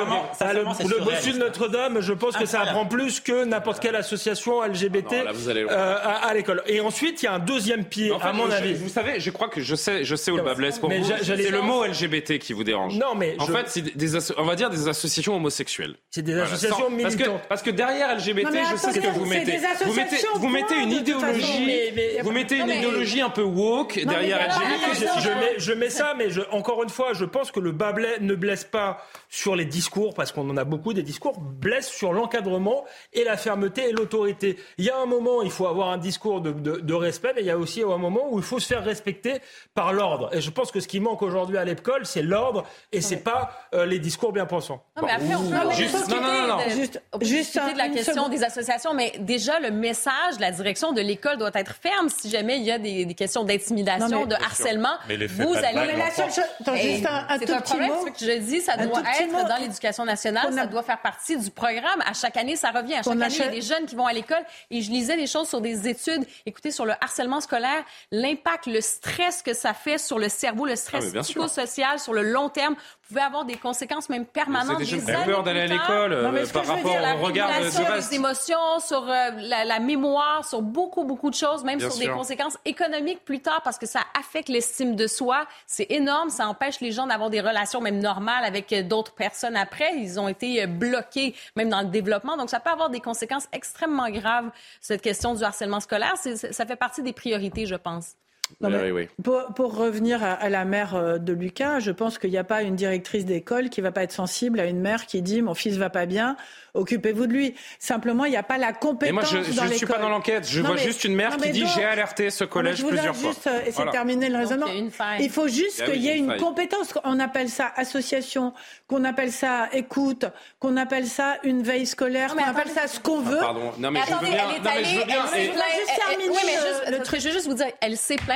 a le bossu de Notre-Dame. Je pense que ça apprend plus que n'importe quelle association L G B T non, là, euh, à, à l'école. Et ensuite, il y a un deuxième pied, en fait, à mon je, avis. Vous savez, je crois que je sais, je sais où le bas blesse pour mais vous. C'est le mot L G B T qui vous dérange. Non, mais en je... fait, c'est des, on va dire des associations homosexuelles. C'est des voilà, associations sans, militantes. Parce que, parce que derrière L G B T, non, je sais ce que vous mettez. Vous mettez, vous mettez une idéologie. Vous mettez une idéologie un peu woke non, derrière L G B T. Je mets, je mets ça, mais je, encore une fois, je pense que le bas blesse, ne blesse pas sur les discours, parce qu'on en a beaucoup des discours, blesse sur l'encadrement et la fermeté et l'autorité. Il y a un moment, il faut avoir un discours de, de, de respect, mais il y a aussi un moment où il faut se faire respecter par l'ordre. Et je pense que ce qui manque aujourd'hui à l'école, c'est l'ordre et c'est ouais. pas euh, les discours bien pensants. Non, mais après, on peut Ouh, juste, non, non, non, de, juste, juste de la question seconde. Des associations, mais déjà, le message de la direction de l'école doit être ferme si jamais il y a des, des questions d'intimidation, non, mais, de harcèlement. Mais les vous allez... Non, mais la seule chose... Attends, juste un, un c'est tout un petit problème, mot. c'est ce que je dis, ça doit être mot. Dans l'éducation nationale, a... ça doit faire partie du programme. À chaque année, ça revient. À chaque année, il y a des jeunes qui vont à l'école et je lisais des choses sur des études, écoutez, sur le harcèlement scolaire, l'impact, le stress que ça fait sur le cerveau, le stress ah, psychosocial sur le long terme pouvait avoir des conséquences même permanentes. Des jeunes qui ont peur d'aller à l'école euh, par rapport dire, au regard du reste. Les émotions, sur euh, la, la mémoire, sur beaucoup, beaucoup de choses, même Bien sur sûr. des conséquences économiques plus tard parce que ça affecte l'estime de soi. C'est énorme. Ça empêche les gens d'avoir des relations même normales avec d'autres personnes après. Ils ont été bloqués même dans le développement. Donc, ça peut avoir des conséquences extrêmement graves, cette question du harcèlement scolaire. C'est, ça fait partie des priorités, je pense. Non, oui, oui. Pour, pour revenir à, à la mère de Lucas, je pense qu'il n'y a pas une directrice d'école qui ne va pas être sensible à une mère qui dit « mon fils ne va pas bien ». Occupez-vous de lui. Simplement, il n'y a pas la compétence et moi, je, dans l'école. Je ne suis pas dans l'enquête. Je non, vois mais, juste une mère non, qui dit donc, j'ai alerté ce collège non, plusieurs fois. Juste, et voilà. c'est terminé le raisonnement. Il faut juste ah, qu'il oui, y ait une, une compétence. On appelle ça association, qu'on appelle ça écoute, qu'on appelle ça une veille scolaire, qu'on appelle ça ce qu'on veut. Ah, pardon. Non, mais, mais je attendez, veux bien. elle est non, allée, mais je veux bien. elle s'est plainte. Oui, mais juste, le truc, je veux juste vous dire, elle s'est plainte.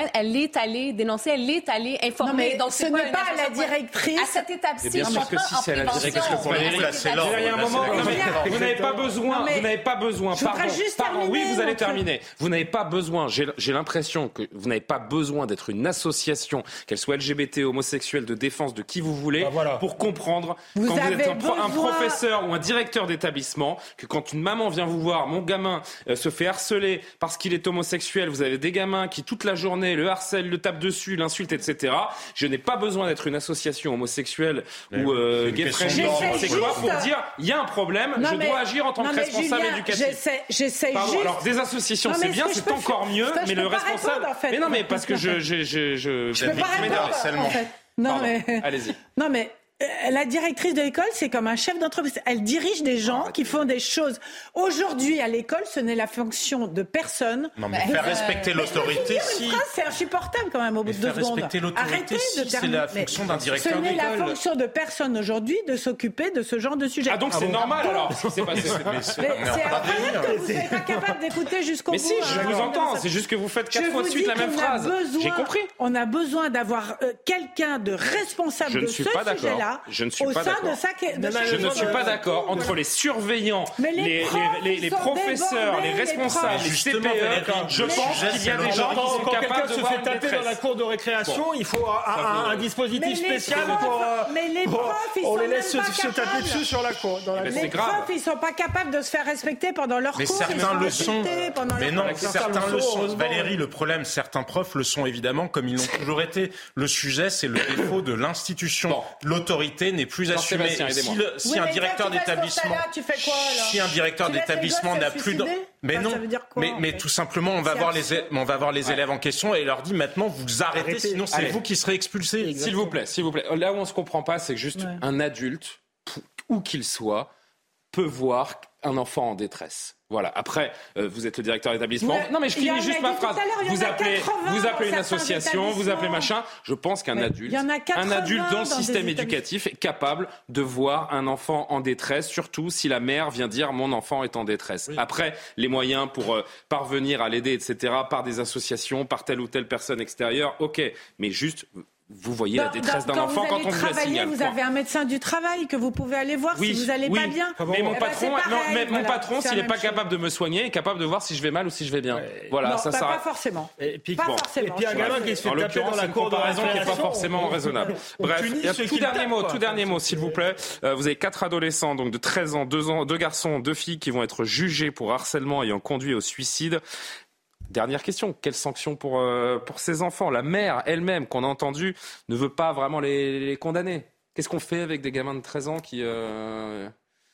elle, elle est allée dénoncer, elle est allée informer. Non, mais donc ce n'est pas à la directrice. À cette étape-ci, bien sûr que si, c'est à la directrice. C'est l'ordre. Il y a un moment, vous n'avez pas besoin, vous n'avez pas besoin, pardon, pardon, oui, vous allez terminer. Vous n'avez pas besoin, j'ai, j'ai l'impression que vous n'avez pas besoin d'être une association, qu'elle soit L G B T, homosexuelle, de défense de qui vous voulez, bah voilà. pour comprendre vous quand vous êtes un, besoin... un professeur ou un directeur d'établissement, que quand une maman vient vous voir, mon gamin euh, se fait harceler parce qu'il est homosexuel, vous avez des gamins qui toute la journée le harcèlent, le tapent dessus, l'insultent, et cetera. Je n'ai pas besoin d'être une association homosexuelle mais ou euh, gay friendly, c'est quoi, pour dire il y a un problème, non, je mais, dois agir en tant que responsable Julien, éducatif. J'essaie, j'essaie Pardon, juste... alors des associations non, c'est bien, c'est encore f... mieux, mais le responsable... Répondre, en fait. Mais non, mais parce que je... je, je, je... je peux pas répondre, en fait. Non, mais... Allez-y. Non, mais... La directrice de l'école, c'est comme un chef d'entreprise. Elle dirige des gens qui font des choses. Aujourd'hui, à l'école, ce n'est la fonction de personne. Non, mais de faire respecter euh... l'autorité, si. C'est insupportable quand même au bout de deux secondes. Respecter l'autorité, si, c'est la fonction d'un directeur d'école. Ce n'est la fonction de personne aujourd'hui de s'occuper de ce genre de sujet. Ah donc c'est normal alors ce qui s'est passé. C'est incroyable que vous n'êtes pas capable d'écouter jusqu'au bout. Mais si, je vous entends. C'est juste que vous faites quatre fois de suite la même phrase. J'ai compris. On a besoin d'avoir quelqu'un de responsable de ce sujet-là. Je ne suis pas d'accord. Je ne suis pas d'accord entre les surveillants, les, les, les, les professeurs, les responsables, les C P E. Je pense qu'il y a des gens qui sont quand capables de se voir fait taper dans la cour de récréation, bon. il faut un, un, un dispositif spécial profs, pour. Mais les profs, ils on sont les laisse se, se taper dessus sur la cour. Dans la les les profs, ils sont pas capables de se faire respecter pendant leur mais cours. Certains le sont. Mais non, certains le sont. Valérie, le problème, certains profs le sont évidemment, comme ils l'ont toujours été. Le sujet, c'est le défaut de l'institution. L'autorité n'est plus assumée. Si, le, si oui, un directeur d'établissement, si un directeur d'établissement n'a plus, de... mais non, quoi, mais, mais tout simplement, on va voir les, on va voir les ouais. élèves en question et leur dit maintenant vous arrêtez, arrêtez. Sinon c'est Allez. vous qui serez expulsés. Exactement. S'il vous plaît, s'il vous plaît. Là où on se comprend pas, c'est que juste ouais. un adulte, où qu'il soit, peut voir un enfant en détresse. Voilà. Après, euh, vous êtes le directeur d'établissement. Ouais, non, mais je finis juste ma phrase. Vous appelez, vous appelez une association, vous appelez machin. Je pense qu'un adulte, un adulte dans le système éducatif est capable de voir un enfant en détresse, surtout si la mère vient dire mon enfant est en détresse. Oui. Après, les moyens pour euh, parvenir à l'aider, et cetera, par des associations, par telle ou telle personne extérieure, ok. Mais juste. Vous voyez dans, la détresse d'un enfant quand on vous la signale. Vous avez un médecin du travail que vous pouvez aller voir oui, si vous n'allez oui. pas bien. Mais mon patron, ben non, mais voilà, mon patron s'il n'est pas chose. capable de me soigner, est capable de voir si je vais mal ou si je vais bien. Ouais. Voilà, non, ça bah, s'arrête. Pas forcément. Et puis, pas bon. forcément. Et puis un gamin qui se fait taper dans la cour de raison qui n'est pas forcément raisonnable. Bref, il y a tout dernier mot, tout dernier mot, s'il vous plaît. Vous avez quatre adolescents, donc de treize ans, deux ans, deux garçons, deux filles qui vont être jugés pour harcèlement ayant conduit au suicide. Dernière question, quelle sanction pour, euh, pour ces enfants ? La mère elle-même, qu'on a entendue, ne veut pas vraiment les, les condamner. Qu'est-ce qu'on fait avec des gamins de treize ans qui... Euh...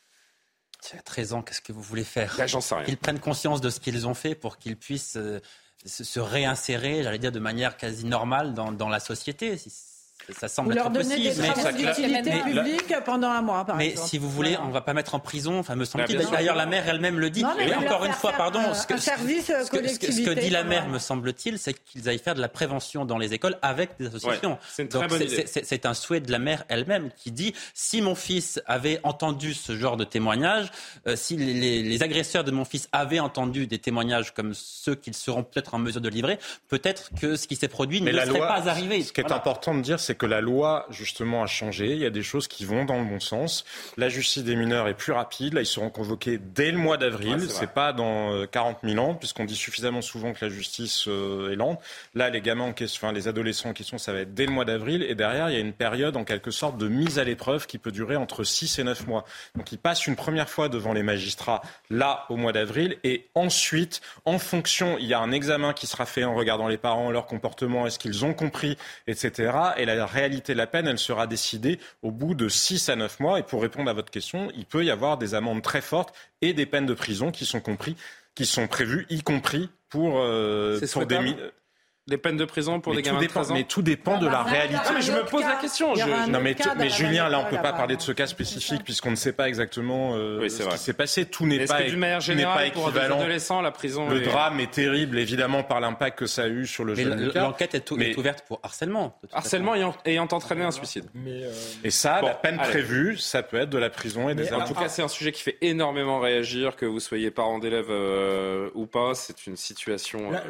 À treize ans, qu'est-ce que vous voulez faire ? Là, j'en sais rien. Qu'ils prennent conscience de ce qu'ils ont fait pour qu'ils puissent euh, se, se réinsérer, j'allais dire, de manière quasi normale dans, dans la société. Si, ça semble vous être leur donnez possible. des travaux d'utilité publique pendant un mois, par mais exemple. Mais si vous voulez, voilà. on ne va pas mettre en prison. Enfin, me semble-t-il. D'ailleurs, la mère elle-même le dit. Non, mais encore une fois, pardon. Un, ce que, un service ce, que, ce, que, ce que dit la mère, même. me semble-t-il, c'est qu'ils aillent faire de la prévention dans les écoles avec des associations. Ouais, c'est une Donc, très bonne idée. C'est, c'est un souhait de la mère elle-même qui dit si mon fils avait entendu ce genre de témoignages, euh, si les, les, les agresseurs de mon fils avaient entendu des témoignages comme ceux qu'ils seront peut-être en mesure de livrer, peut-être que ce qui s'est produit ne serait loi, pas arrivé. Ce qui est voilà. important de dire, c'est que la loi justement a changé. Il y a des choses qui vont dans le bon sens. La justice des mineurs est plus rapide. Là, ils seront convoqués dès le mois d'avril. Ouais, c'est, c'est pas dans quarante mille ans, puisqu'on dit suffisamment souvent que la justice euh, est lente. Là, les gamins en question, enfin, les adolescents en question, ça va être dès le mois d'avril. Et derrière, il y a une période en quelque sorte de mise à l'épreuve qui peut durer entre six et neuf mois. Donc, ils passent une première fois devant les magistrats, là, au mois d'avril. Et ensuite, en fonction, il y a un examen qui sera fait en regardant les parents, leur comportement, est-ce qu'ils ont compris, et cetera. Et la réalité de la peine, elle sera décidée au bout de six à neuf mois. Et pour répondre à votre question, il peut y avoir des amendes très fortes et des peines de prison qui sont, compris, qui sont prévues, y compris pour, euh, pour des... Mi- Des peines de prison pour mais des gamins dépend, de treize ans. Mais tout dépend de la réalité. Non, mais je me pose la question. Je... Non, mais, t- mais Julien, là, on ne peut pas parler de ce cas spécifique puisqu'on ne sait pas exactement euh, oui, ce vrai. qui s'est passé. Tout n'est Est-ce pas, que d'une manière générale, pour des adolescents, la prison... Le est... drame est terrible, évidemment, par l'impact que ça a eu sur le mais jeune l- Lucas. L'enquête est, tout, mais... est ouverte pour harcèlement. Harcèlement ayant, ayant entraîné un suicide. Mais euh... Et ça, bon, la peine allez. prévue, ça peut être de la prison et des amendes. En tout cas, c'est un sujet qui fait énormément réagir, que vous soyez parent d'élèves euh, ou pas. C'est une situation... La... Euh...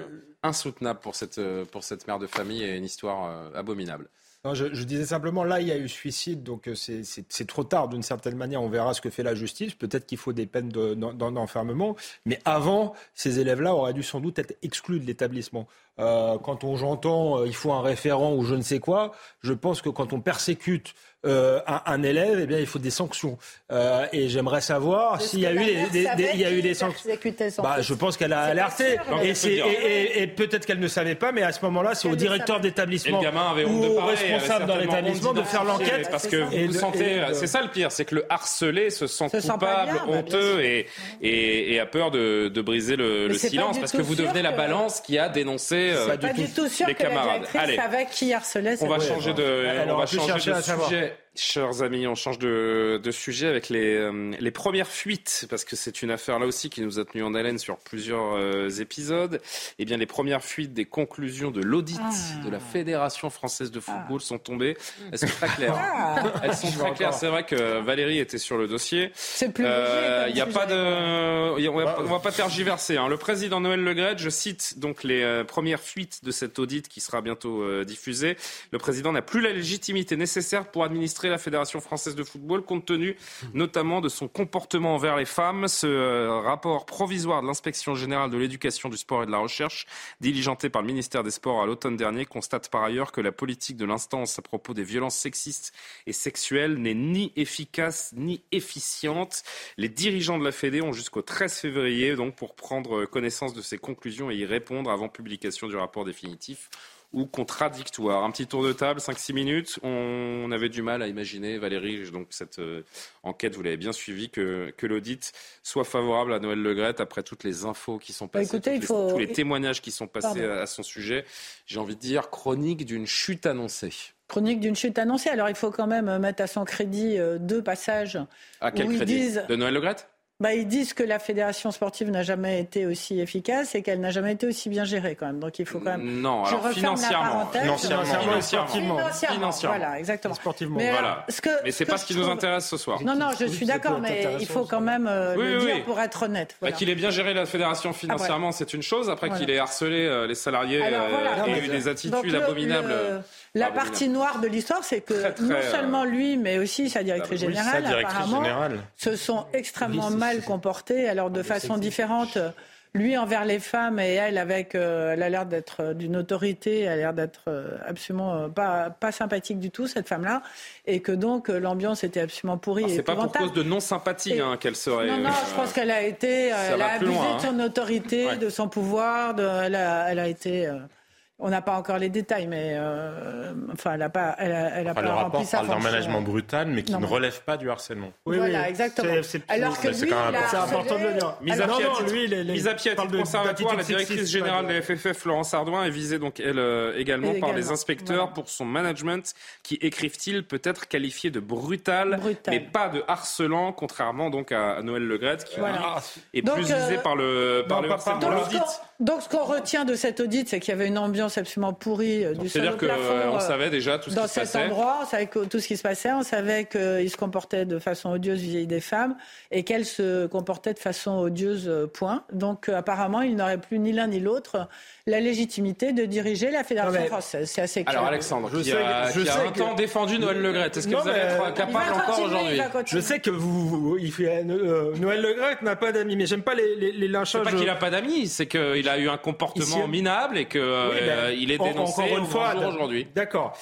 insoutenable pour cette, pour cette mère de famille et une histoire euh, abominable. Non, je, je disais simplement, là, il y a eu suicide, donc c'est, c'est, c'est trop tard d'une certaine manière. On verra ce que fait la justice. Peut-être qu'il faut des peines de, d'enfermement. Mais avant, ces élèves-là auraient dû sans doute être exclus de l'établissement. Euh, quand on, j'entends euh, il faut un référent ou je ne sais quoi, je pense que quand on persécute euh, un, un élève, eh bien, il faut des sanctions. Euh, et j'aimerais savoir s'il y a eu des, des, des, il y a eu des sanctions. Bah, je pense qu'elle a alerté. Et, c'est, et, et, et peut-être qu'elle ne savait pas, mais à ce moment-là, c'est au directeur d'établissement ou au responsable dans l'établissement de faire l'enquête. Parce que vous vous sentez, de... c'est ça le pire, c'est que le harcelé se sent se coupable, sent bien, honteux bah, et, et, et a peur de, de briser le, le silence parce que vous devenez que... la balance qui a dénoncé euh, pas du tout sûr les que camarades. La directrice savait qui harcelait. On va changer de, Alors, on va changer de sujet. Chers amis, on change de, de sujet avec les, euh, les premières fuites, parce que c'est une affaire là aussi qui nous a tenu en haleine sur plusieurs euh, épisodes. Eh bien, les premières fuites des conclusions de l'audit ah. de la Fédération française de football ah. sont tombées. Elles sont très claires. Ah. Elles sont très claires. C'est vrai que Valérie était sur le dossier. C'est plus euh, Il n'y a pas de, y a, on va, on va pas tergiverser. Hein. Le président Noël Le Graët, je cite donc les euh, premières fuites de cet audit qui sera bientôt euh, diffusé. Le président n'a plus la légitimité nécessaire pour administrer la Fédération française de football, compte tenu notamment de son comportement envers les femmes. Ce euh, rapport provisoire de l'inspection générale de l'éducation, du sport et de la recherche, diligenté par le ministère des Sports à l'automne dernier, constate par ailleurs que la politique de l'instance à propos des violences sexistes et sexuelles n'est ni efficace ni efficiente. Les dirigeants de la Fédé ont jusqu'au treize février donc pour prendre connaissance de ces conclusions et y répondre avant publication du rapport définitif ou contradictoire. Un petit tour de table, cinq six minutes. On avait du mal à imaginer, Valérie, donc cette euh, enquête, vous l'avez bien suivi, que, que l'audit soit favorable à Noël Le Graët après toutes les infos qui sont passées, Écoutez, les, il faut... tous les témoignages qui sont passés à, à son sujet. J'ai envie de dire chronique d'une chute annoncée. Chronique d'une chute annoncée. Alors il faut quand même mettre à son crédit euh, deux passages. À quel où crédit ils disent... De Noël Le Graët ? Bah, ils disent que la fédération sportive n'a jamais été aussi efficace et qu'elle n'a jamais été aussi bien gérée quand même. Donc il faut quand même. Non, alors financièrement, financièrement, financièrement, financièrement, financièrement, voilà, exactement. Sportivement, mais, voilà. Ce que, mais c'est ce pas que ce qui trouve... nous intéresse ce soir. Non, non, je suis d'accord, mais il faut quand même euh, oui, le oui, dire oui. pour être honnête. Voilà. Bah, qu'il ait bien géré la fédération financièrement, Après. c'est une chose. Après voilà. qu'il ait harcelé euh, les salariés alors, voilà. euh, et eu des attitudes abominables. Le... La partie noire de l'histoire, c'est que très, très, non seulement lui, mais aussi sa directrice bah, oui, générale, sa directrice apparemment, générale. se sont extrêmement oui, mal comportés, alors de façon différente. Lui envers les femmes et elle avec, euh, elle a l'air d'être d'une autorité, elle a l'air d'être euh, absolument euh, pas, pas sympathique du tout, cette femme-là, et que donc euh, l'ambiance était absolument pourrie. Alors, c'est pas pour cause de non-sympathie et... hein, qu'elle serait. Non, non, euh... je pense qu'elle a été, euh, elle a abusé loin, de son hein. autorité, ouais. de son pouvoir, de, elle, a, elle a été. Euh... On n'a pas encore les détails, mais euh, enfin, elle n'a pas, elle a, elle a enfin, pas le rempli sa fonction. Le rapport parle d'un management hein. brutal, mais qui non, ne relève pas du harcèlement. Oui, voilà, oui. exactement. C'est, c'est, Alors que c'est, lui, quand même c'est important de le dire. Mise à pied à titre conservatoire, la directrice générale de la F F F, Florence Ardouin, est visée donc elle euh, également, également par les inspecteurs voilà. pour son management, qui écrivent-ils peut-être qualifié de brutal, brutal, mais pas de harcelant, contrairement donc à, à Noël Le Graët, qui voilà. est donc, plus visé euh, par le par non, le harcèlement. L'audit. Donc ce qu'on retient de cet audit, c'est qu'il y avait une ambiance absolument pourrie euh, du sol au plafond. C'est-à-dire qu'on savait déjà tout ce qui se passait. Dans cet endroit, on savait tout ce qui se passait. On savait qu'il se comportait de façon odieuse vis-à-vis des femmes et qu'elle se comportait de façon odieuse, point. Donc euh, apparemment, il n'aurait plus ni l'un ni l'autre la légitimité de diriger la Fédération ouais. française. C'est assez clair. Alors Alexandre, je qui sais, a, je qui a un que... temps défendu Noël Le Graët, est-ce que non, vous allez être capable encore aujourd'hui? Je sais que vous, il fait, euh, Noël Le Graët n'a pas d'amis, mais j'aime pas les, les, les lynchages. C'est pas qu'il a pas d'amis, c'est qu'il a eu un comportement Ici, minable et qu'il oui, euh, ben, est dénoncé encore une fois aujourd'hui. D'accord.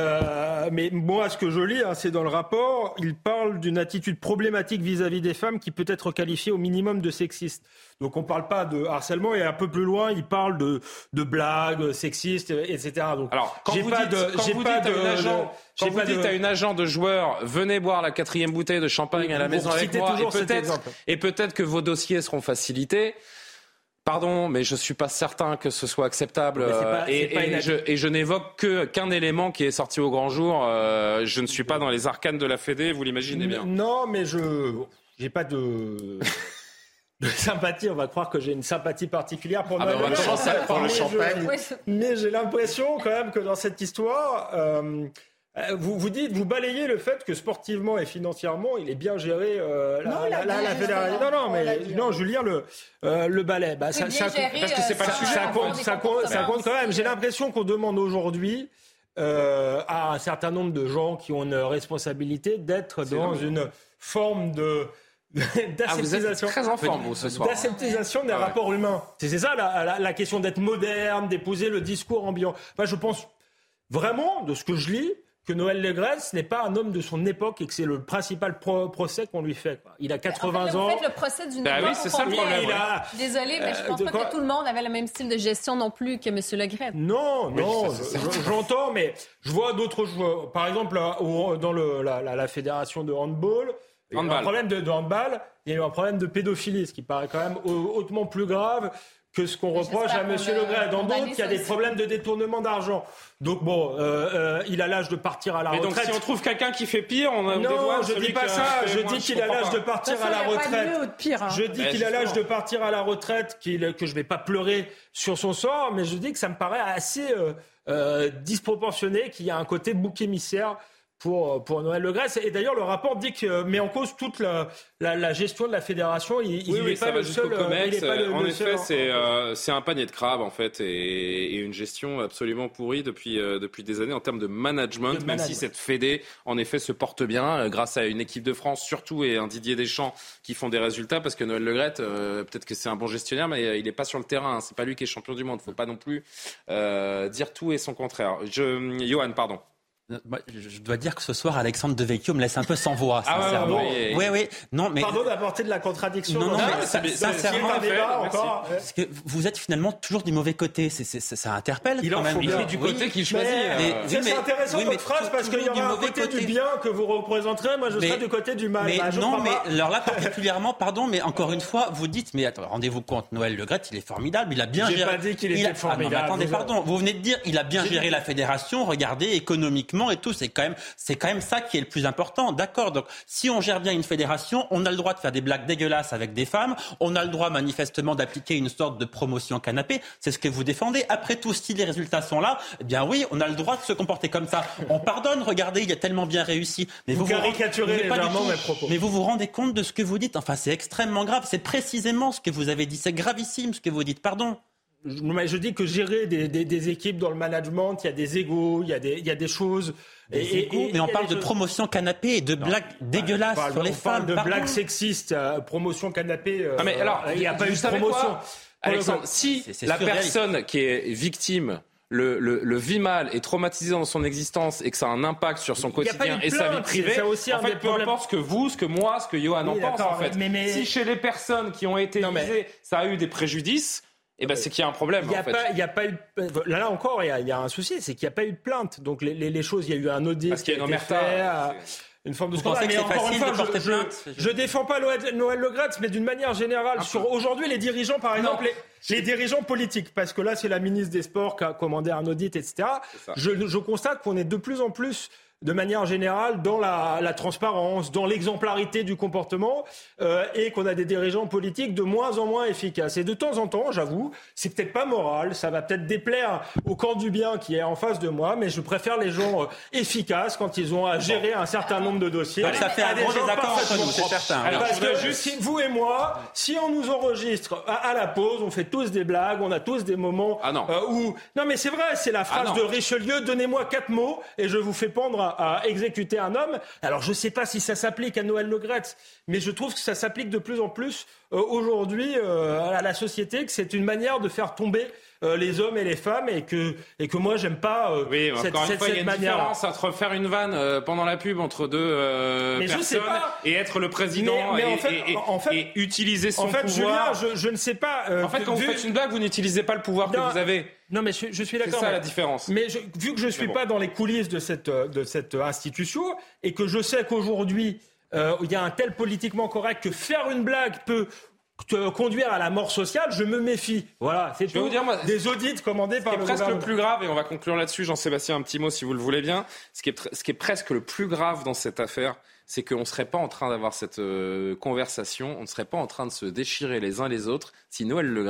Euh, mais moi, ce que je lis, hein, c'est dans le rapport, il parle d'une attitude problématique vis-à-vis des femmes qui peut être qualifiée au minimum de sexiste. Donc on ne parle pas de harcèlement et un peu plus loin, il parle de, de blagues sexistes, et cetera. Donc, alors, quand j'ai vous pas dites, de, quand j'ai vous pas dites de, à une agent, de, quand vous dites de... à une agent de joueur, venez boire la quatrième bouteille de champagne oui, à la maison avec moi, et peut-être, et peut-être que vos dossiers seront facilités. Pardon, mais je suis pas certain que ce soit acceptable pas, et, et, je, et je n'évoque que qu'un élément qui est sorti au grand jour. Euh, je ne suis pas dans les arcanes de la Fédé, vous l'imaginez bien. Non, mais je j'ai pas de de sympathie. On va croire que j'ai une sympathie particulière pour. Ah ben on va commencer pour le champagne. Je, mais j'ai l'impression quand même que dans cette histoire. Euh, Vous, vous dites, vous balayez le fait que sportivement et financièrement, il est bien géré euh, la, non, la, la, la fédération. Non, non, mais non, Julien le euh, le balai. Bah, ça, ça, géré, parce que c'est pas ça, ça, compte, ça, compte, ça compte quand même. J'ai l'impression qu'on demande aujourd'hui euh, à un certain nombre de gens qui ont une responsabilité d'être c'est dans vrai. une forme de d'aseptisation, ah, très en forme, vous, ce soir. D'aseptisation des ah ouais. rapports humains. C'est, c'est ça la, la, la question d'être moderne, d'épouser le discours ambiant. Enfin, je pense vraiment, de ce que je lis, que Noël Le Graët n'est pas un homme de son époque et que c'est le principal pro- procès qu'on lui fait. Quoi. Il a quatre-vingts en fait, là, ans. Vous faites le procès d'une bah époque. Oui, c'est ça le problème. Il a... Désolée, mais je pense euh, pas quoi... que tout le monde avait le même style de gestion non plus que M. Le Graët. Non, oui, non, ça, je, j'entends, mais je vois d'autres joueurs. Par exemple, dans le, la, la, la fédération de handball, il y a eu un problème de, de handball, il y a eu un problème de pédophilie, ce qui paraît quand même hautement plus grave que ce qu'on reproche à M. Le Graët. Dans d'autres, il y a des problèmes de détournement d'argent. Donc bon, euh, euh, il a l'âge de partir à la mais retraite. Donc si on trouve quelqu'un qui fait pire, on a non, non, je dis pas ça. Je dis qu'il a l'âge de partir à la retraite. Je dis qu'il a l'âge de partir à la retraite, qu'il, que je vais pas pleurer sur son sort, mais je dis que ça me paraît assez euh, euh, disproportionné, qu'il y a un côté bouc émissaire pour, pour Noël Le Graët. Et d'ailleurs, le rapport dit que met en cause toute la, la, la gestion de la fédération. Il, il oui, n'est oui, pas le seul. Comex. Il est pas le, en le effet, seul c'est, euh, c'est un panier de crabes, en fait, et, et une gestion absolument pourrie depuis, euh, depuis des années en termes de management, de même management. Si cette fédé, en effet, se porte bien euh, grâce à une équipe de France, surtout, et un Didier Deschamps qui font des résultats, parce que Noël Le Graët, euh, peut-être que c'est un bon gestionnaire, mais euh, il n'est pas sur le terrain. Hein. C'est pas lui qui est champion du monde. Faut pas non plus euh, dire tout et son contraire. Je, Johan, pardon. Je dois dire que ce soir, Alexandre Devecchio me laisse un peu sans voix, sincèrement. Ah ouais, oui, oui, non, mais pardon d'apporter de la contradiction. Non, non, mais ça, sincèrement, un débat encore. Parce que vous êtes finalement toujours du mauvais côté. C'est, c'est, ça interpelle il quand même. Il est du côté oui, qu'il choisit. Mais, mais, c'est, c'est intéressant oui, votre phrase parce qu'il y aura un côté, côté du bien que vous représenterez. Moi, je mais, serai du côté du mal. Mais bah, non, mais alors là particulièrement, pardon, mais encore une fois, vous dites, mais attends, rendez-vous compte, Noël Le Graët, il est formidable, il a bien géré. J'ai pas dit qu'il était formidable. Attendez, pardon, vous venez de dire, il a bien géré la fédération. Regardez, économiquement et tout, c'est quand même C'est quand même ça qui est le plus important, d'accord. Donc, si on gère bien une fédération, on a le droit de faire des blagues dégueulasses avec des femmes, on a le droit manifestement d'appliquer une sorte de promotion canapé, c'est ce que vous défendez. Après tout, si les résultats sont là, eh bien oui, on a le droit de se comporter comme ça. On pardonne, regardez, il a tellement bien réussi. Mais vous, vous caricaturez légèrement mes propos. Mais vous vous rendez compte de ce que vous dites. Enfin, c'est extrêmement grave. C'est précisément ce que vous avez dit. C'est gravissime ce que vous dites. Pardon. Je, je dis que gérer des, des, des équipes dans le management, il y a des égos, il y a des, il y a des choses. Et, et, et, mais on parle de choses... promotion canapé et de non, blagues dégueulasses parle, sur les on femmes. On parle de pardon. blagues sexistes, euh, promotion canapé. Euh, ah mais alors, il n'y a pas eu de promotion. Alexandre, si c'est, c'est la personne qui est victime le, le, le vit mal, est traumatisé dans son existence et que ça a un impact sur son quotidien et sa vie privée, c'est aussi en fait, peu problèmes. Importe ce que vous, ce que moi, ce que Johan oui, en pense, en fait. Mais, mais... Si chez les personnes qui ont été non, visées, mais... ça a eu des préjudices, eh ben, c'est qu'il y a un problème. Il y a en fait. pas, il y a pas eu. Là, là encore, il y, a, il y a un souci, c'est qu'il n'y a pas eu de plainte. Donc les, les, les choses, il y a eu un audit. Parce qu'il y a une omerta. Une forme de Vous pensez que c'est facile fois, de porter je, plainte Je, je défends pas Noël Le Graët, mais d'une manière générale, sur aujourd'hui les dirigeants, par exemple, les, les dirigeants politiques, parce que là c'est la ministre des Sports qui a commandé un audit, et cetera. Je, je constate qu'on est de plus en plus de manière générale dans la, la transparence, dans l'exemplarité du comportement, euh, et qu'on a des dirigeants politiques de moins en moins efficaces. Et de temps en temps, j'avoue, c'est peut-être pas moral, ça va peut-être déplaire au camp du bien qui est en face de moi, mais je préfère les gens euh, efficaces quand ils ont à gérer un certain nombre de dossiers. Donc ça fait un gros désaccord entre nous, c'est certain. Alors, parce que juste si vous et moi, si on nous enregistre à, à la pause, on fait tous des blagues, on a tous des moments ah non. Euh, où... Non mais c'est vrai, c'est la phrase ah de Richelieu, donnez-moi quatre mots et je vous fais pendre à à exécuter un homme. Alors je ne sais pas si ça s'applique à Noël Le Graët, mais je trouve que ça s'applique de plus en plus euh, aujourd'hui euh, à la société, que c'est une manière de faire tomber euh, les hommes et les femmes, et que, et que moi j'aime pas euh, oui, cette, encore cette, une fois, cette il y a une manière. différence entre faire une vanne euh, pendant la pub entre deux euh, mais personnes et être le président mais, mais et, en fait, et, et, en fait, et utiliser son en fait, pouvoir. Julien, je, je ne sais pas. Euh, en fait, quand vu... vous faites une blague, vous n'utilisez pas le pouvoir non, que vous avez. Non, mais je, je suis d'accord. C'est ça mais, la différence. Mais je, vu que je ne suis bon. pas dans les coulisses de cette, de cette institution et que je sais qu'aujourd'hui, euh, il y a un tel politiquement correct que faire une blague peut te conduire à la mort sociale, je me méfie. Voilà, c'est je tout. Vais vous dire, moi, des audits commandés par le gouvernement. Ce qui est presque le plus grave, et on va conclure là-dessus, Jean-Sébastien, un petit mot si vous le voulez bien, ce qui est, ce qui est presque le plus grave dans cette affaire, c'est qu'on ne serait pas en train d'avoir cette euh, conversation, on ne serait pas en train de se déchirer les uns les autres si Noël Le Graët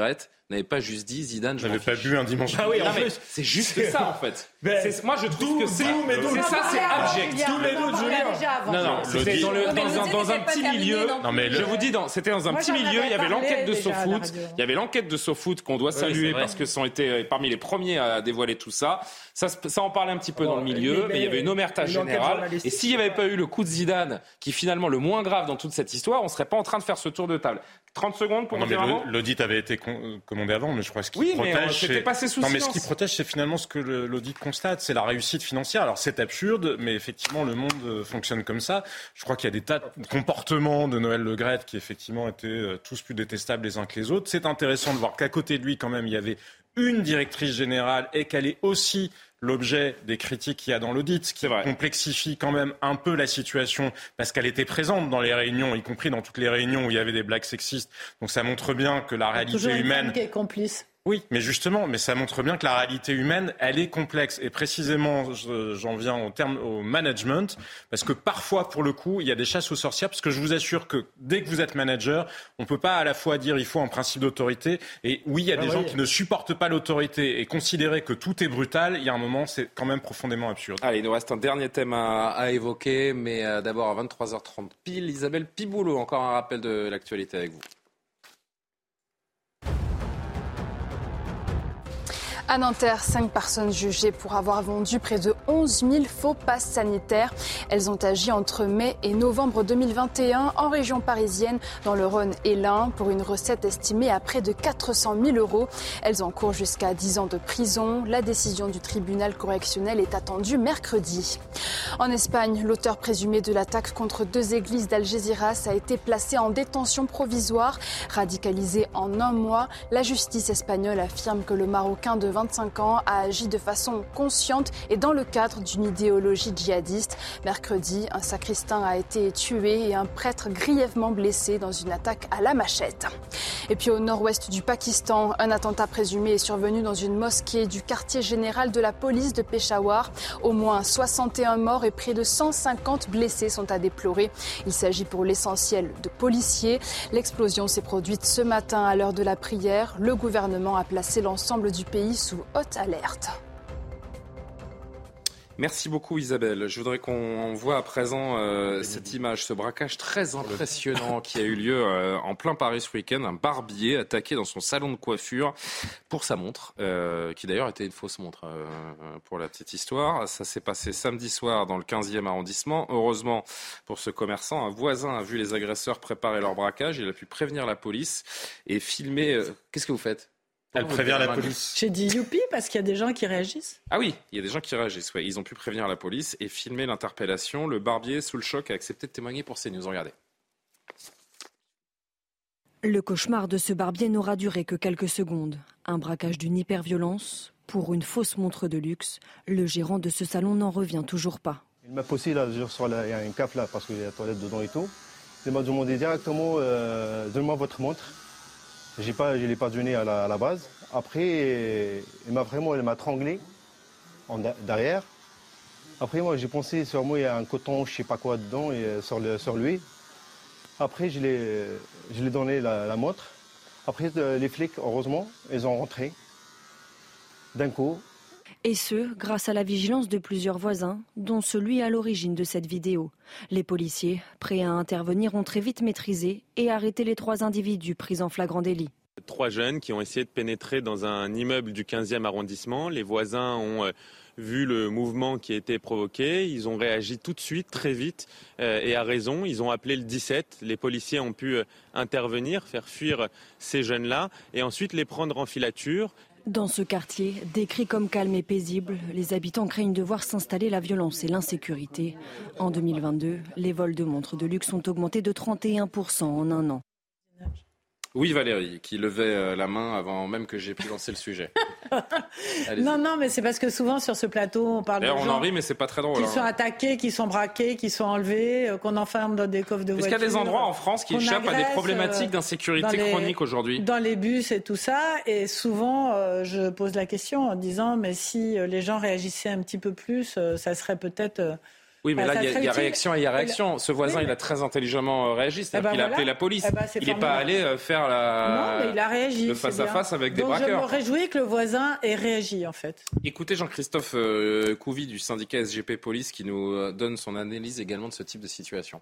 n'avait pas juste dit Zidane, je n'avais pas bu un dimanche. Ah oui, en non, plus. C'est juste ça, en fait. Ben, c'est, moi, je trouve que c'est, mais c'est ça, c'est abject. Tous les doutes, Julien. Non, non, c'était dans, le, dans, un, dans un petit milieu. Non, mais je vous dis, dans, c'était dans un Moi, petit j'en milieu. avais Il y avait parlé l'enquête de déjà à la SoFoot. radio. Il y avait l'enquête de SoFoot qu'on doit saluer oui, parce que ça ont été parmi les premiers à dévoiler tout ça. Ça, ça en parlait un petit peu dans le milieu, mais il y avait une omerta générale. Et s'il n'y avait pas eu le coup de Zidane, qui est finalement le moins grave dans toute cette histoire, on ne serait pas en train de faire ce tour de table. trente secondes pour non, me mais dire avant. L'audit avait été con- commandé avant, mais je crois que ce qui oui, protège, mais c'était c'est... passé sous non, silence. mais ce qui protège, c'est finalement ce que le, l'audit constate, c'est la réussite financière. Alors c'est absurde, mais effectivement le monde fonctionne comme ça. Je crois qu'il y a des tas de comportements de Noël Le Graët qui effectivement étaient tous plus détestables les uns que les autres. C'est intéressant de voir qu'à côté de lui, quand même, il y avait une directrice générale et qu'elle est aussi l'objet des critiques qu'il y a dans l'audit, ce qui complexifie quand même un peu la situation, parce qu'elle était présente dans les réunions, y compris dans toutes les réunions où il y avait des blagues sexistes. Donc ça montre bien que la réalité toujours une humaine... femme qui est complice. Oui, mais justement, mais ça montre bien que la réalité humaine, elle est complexe. Et précisément, je, j'en viens au terme au management, parce que parfois, pour le coup, il y a des chasses aux sorcières, parce que je vous assure que dès que vous êtes manager, on ne peut pas à la fois dire il faut un principe d'autorité, et oui, il y a des ah, gens oui. qui ne supportent pas l'autorité, et considérer que tout est brutal, il y a un moment, c'est quand même profondément absurde. Allez, il nous reste un dernier thème à, à évoquer, mais euh, d'abord à vingt-trois heures trente pile, Isabelle Piboulot, encore un rappel de l'actualité avec vous. À Nanterre, cinq personnes jugées pour avoir vendu près de onze mille faux passes sanitaires. Elles ont agi entre mai et novembre deux mille vingt et un en région parisienne, dans le Rhône et l'Ain, pour une recette estimée à près de quatre cent mille euros. Elles encourent jusqu'à dix ans de prison. La décision du tribunal correctionnel est attendue mercredi. En Espagne, l'auteur présumé de l'attaque contre deux églises d'Algeciras a été placé en détention provisoire. Radicalisé en un mois, la justice espagnole affirme que le Marocain de vingt-cinq ans a agi de façon consciente et dans le cadre d'une idéologie djihadiste. Mercredi, un sacristain a été tué et un prêtre grièvement blessé dans une attaque à la machette. Et puis au nord-ouest du Pakistan, un attentat présumé est survenu dans une mosquée du quartier général de la police de Peshawar. Au moins soixante et un morts et près de cent cinquante blessés sont à déplorer. Il s'agit pour l'essentiel de policiers. L'explosion s'est produite ce matin à l'heure de la prière. Le gouvernement a placé l'ensemble du pays sous haute alerte. Merci beaucoup Isabelle. Je voudrais qu'on voit à présent euh, cette image, ce braquage très impressionnant qui a eu lieu euh, en plein Paris ce week-end. Un barbier attaqué dans son salon de coiffure pour sa montre, euh, qui d'ailleurs était une fausse montre euh, pour la petite histoire. Ça s'est passé samedi soir dans le quinzième arrondissement. Heureusement pour ce commerçant, un voisin a vu les agresseurs préparer leur braquage. Il a pu prévenir la police et filmer... Euh... Qu'est-ce que vous faites ? Elle prévient la police. J'ai dit youpi parce qu'il y a des gens qui réagissent. Ah oui, il y a des gens qui réagissent. Ouais. Ils ont pu prévenir la police et filmer l'interpellation. Le barbier, sous le choc, a accepté de témoigner pour CNews. Regardez. Le cauchemar de ce barbier n'aura duré que quelques secondes. Un braquage d'une hyperviolence pour une fausse montre de luxe. Le gérant de ce salon n'en revient toujours pas. Il m'a posé là, sur la, il y a un cap là parce qu'il y a la toilette dedans et tout. Il m'a demandé directement euh, donne-moi votre montre. J'ai pas, je ne l'ai pas donné à la, à la base. Après, il m'a vraiment, il m'a tranglé en, derrière. Après, moi, j'ai pensé sur moi, il y a un coton, je ne sais pas quoi dedans, et, sur, le, sur lui. Après, je l'ai, je l'ai donné la, la montre. Après, les flics, heureusement, ils ont rentré d'un coup. Et ce, grâce à la vigilance de plusieurs voisins, dont celui à l'origine de cette vidéo. Les policiers, prêts à intervenir, ont très vite maîtrisé et arrêté les trois individus pris en flagrant délit. Trois jeunes qui ont essayé de pénétrer dans un immeuble du quinzième arrondissement. Les voisins ont euh, vu le mouvement qui a été provoqué. Ils ont réagi tout de suite, très vite euh, et à raison. Ils ont appelé le dix-sept. Les policiers ont pu euh, intervenir, faire fuir ces jeunes-là et ensuite les prendre en filature. Dans ce quartier, décrit comme calme et paisible, les habitants craignent de voir s'installer la violence et l'insécurité. En deux mille vingt-deux, les vols de montres de luxe ont augmenté de trente et un pour cent en un an. Oui, Valérie, qui levait la main avant même que j'ai pu lancer le sujet. Non, non, mais c'est parce que souvent sur ce plateau, on parle D'ailleurs, de on gens en rit, mais c'est pas très drôle. qui hein. sont attaqués, qui sont braqués, qui sont enlevés, euh, qu'on enferme dans des coffres de voitures. Est-ce qu'il y a des endroits en France qui échappent à des problématiques d'insécurité les, chronique aujourd'hui ? Dans les bus et tout ça. Et souvent, euh, je pose la question en disant, mais si les gens réagissaient un petit peu plus, euh, ça serait peut-être... Euh, Oui, mais bah, là, il y a, y a réaction et il y a réaction. Ce voisin, oui, il a très intelligemment réagi. C'est-à-dire eh ben qu'il voilà. a appelé la police. Eh ben il n'est pas allé faire la... non, mais il a réagi, le face-à-face avec des Donc braqueurs. Donc je me réjouis que le voisin ait réagi, en fait. Écoutez Jean-Christophe euh, Couvi du syndicat S G P Police qui nous donne son analyse également de ce type de situation.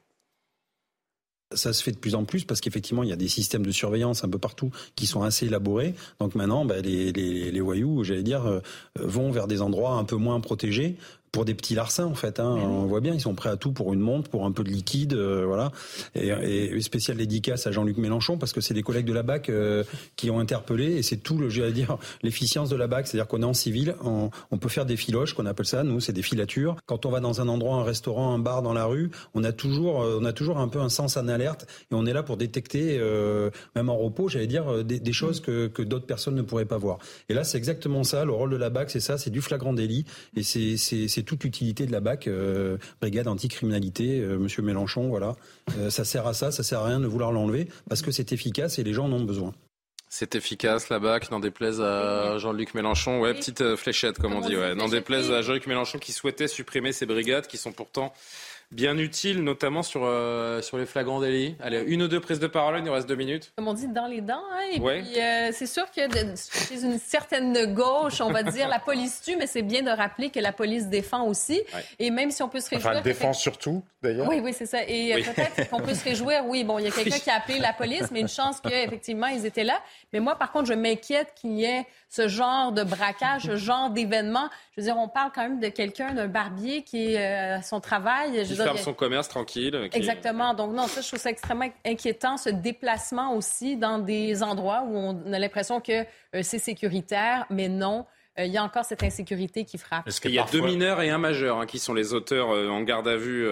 Ça se fait de plus en plus parce qu'effectivement, il y a des systèmes de surveillance un peu partout qui sont assez élaborés. Donc maintenant, bah, les, les, les voyous, j'allais dire, euh, vont vers des endroits un peu moins protégés. Pour des petits larcins, en fait, hein. On voit bien, ils sont prêts à tout pour une montre, pour un peu de liquide, euh, voilà. Et, et spécial dédicace à Jean-Luc Mélenchon parce que c'est des collègues de la B A C euh, qui ont interpellé et c'est tout, le, j'allais dire, l'efficience de la B A C, c'est-à-dire qu'on est en civil, on, on peut faire des filoches, qu'on appelle ça, nous, c'est des filatures. Quand on va dans un endroit, un restaurant, un bar, dans la rue, on a toujours, on a toujours un peu un sens en alerte et on est là pour détecter, euh, même en repos, j'allais dire, des, des choses que, que d'autres personnes ne pourraient pas voir. Et là, c'est exactement ça, le rôle de la B A C, c'est ça, c'est du flagrant délit et c'est, c'est, c'est toute l'utilité de la B A C, euh, brigade anticriminalité, euh, Monsieur Mélenchon, voilà. Euh, ça sert à ça, ça sert à rien de vouloir l'enlever parce que c'est efficace et les gens en ont besoin. C'est efficace, la B A C, n'en déplaise à Jean-Luc Mélenchon. Ouais, petite euh, fléchette, comme on dit, ouais. N'en déplaise à Jean-Luc Mélenchon qui souhaitait supprimer ces brigades qui sont pourtant bien utile, notamment sur, euh, sur les flagrants délits. Allez, une ou deux prises de parole, il nous reste deux minutes. Comme on dit, dans les dents. Hein, et ouais. puis, euh, c'est sûr que de, chez une certaine gauche, on va dire, la police tue, mais c'est bien de rappeler que la police défend aussi. Ouais. Et même si on peut se réjouir... Enfin, défend surtout, d'ailleurs. Oui, oui, c'est ça. Et oui. peut-être qu'on peut se réjouir, oui, bon, il y a quelqu'un qui a appelé la police, mais une chance qu'effectivement, ils étaient là. Mais moi, par contre, je m'inquiète qu'il y ait ce genre de braquage, ce genre d'événement. Je veux dire, on parle quand même de quelqu'un, d'un barbier qui est euh, à son travail. Je qui veux ferme dire, son commerce tranquille. Qui... Exactement. Donc non, ça, je trouve ça extrêmement inquiétant, ce déplacement aussi dans des endroits où on a l'impression que euh, c'est sécuritaire, mais non. Il euh, y a encore cette insécurité qui frappe. Est-ce qu'il y a parfois... deux mineurs et un majeur hein, qui sont les auteurs euh, en garde à vue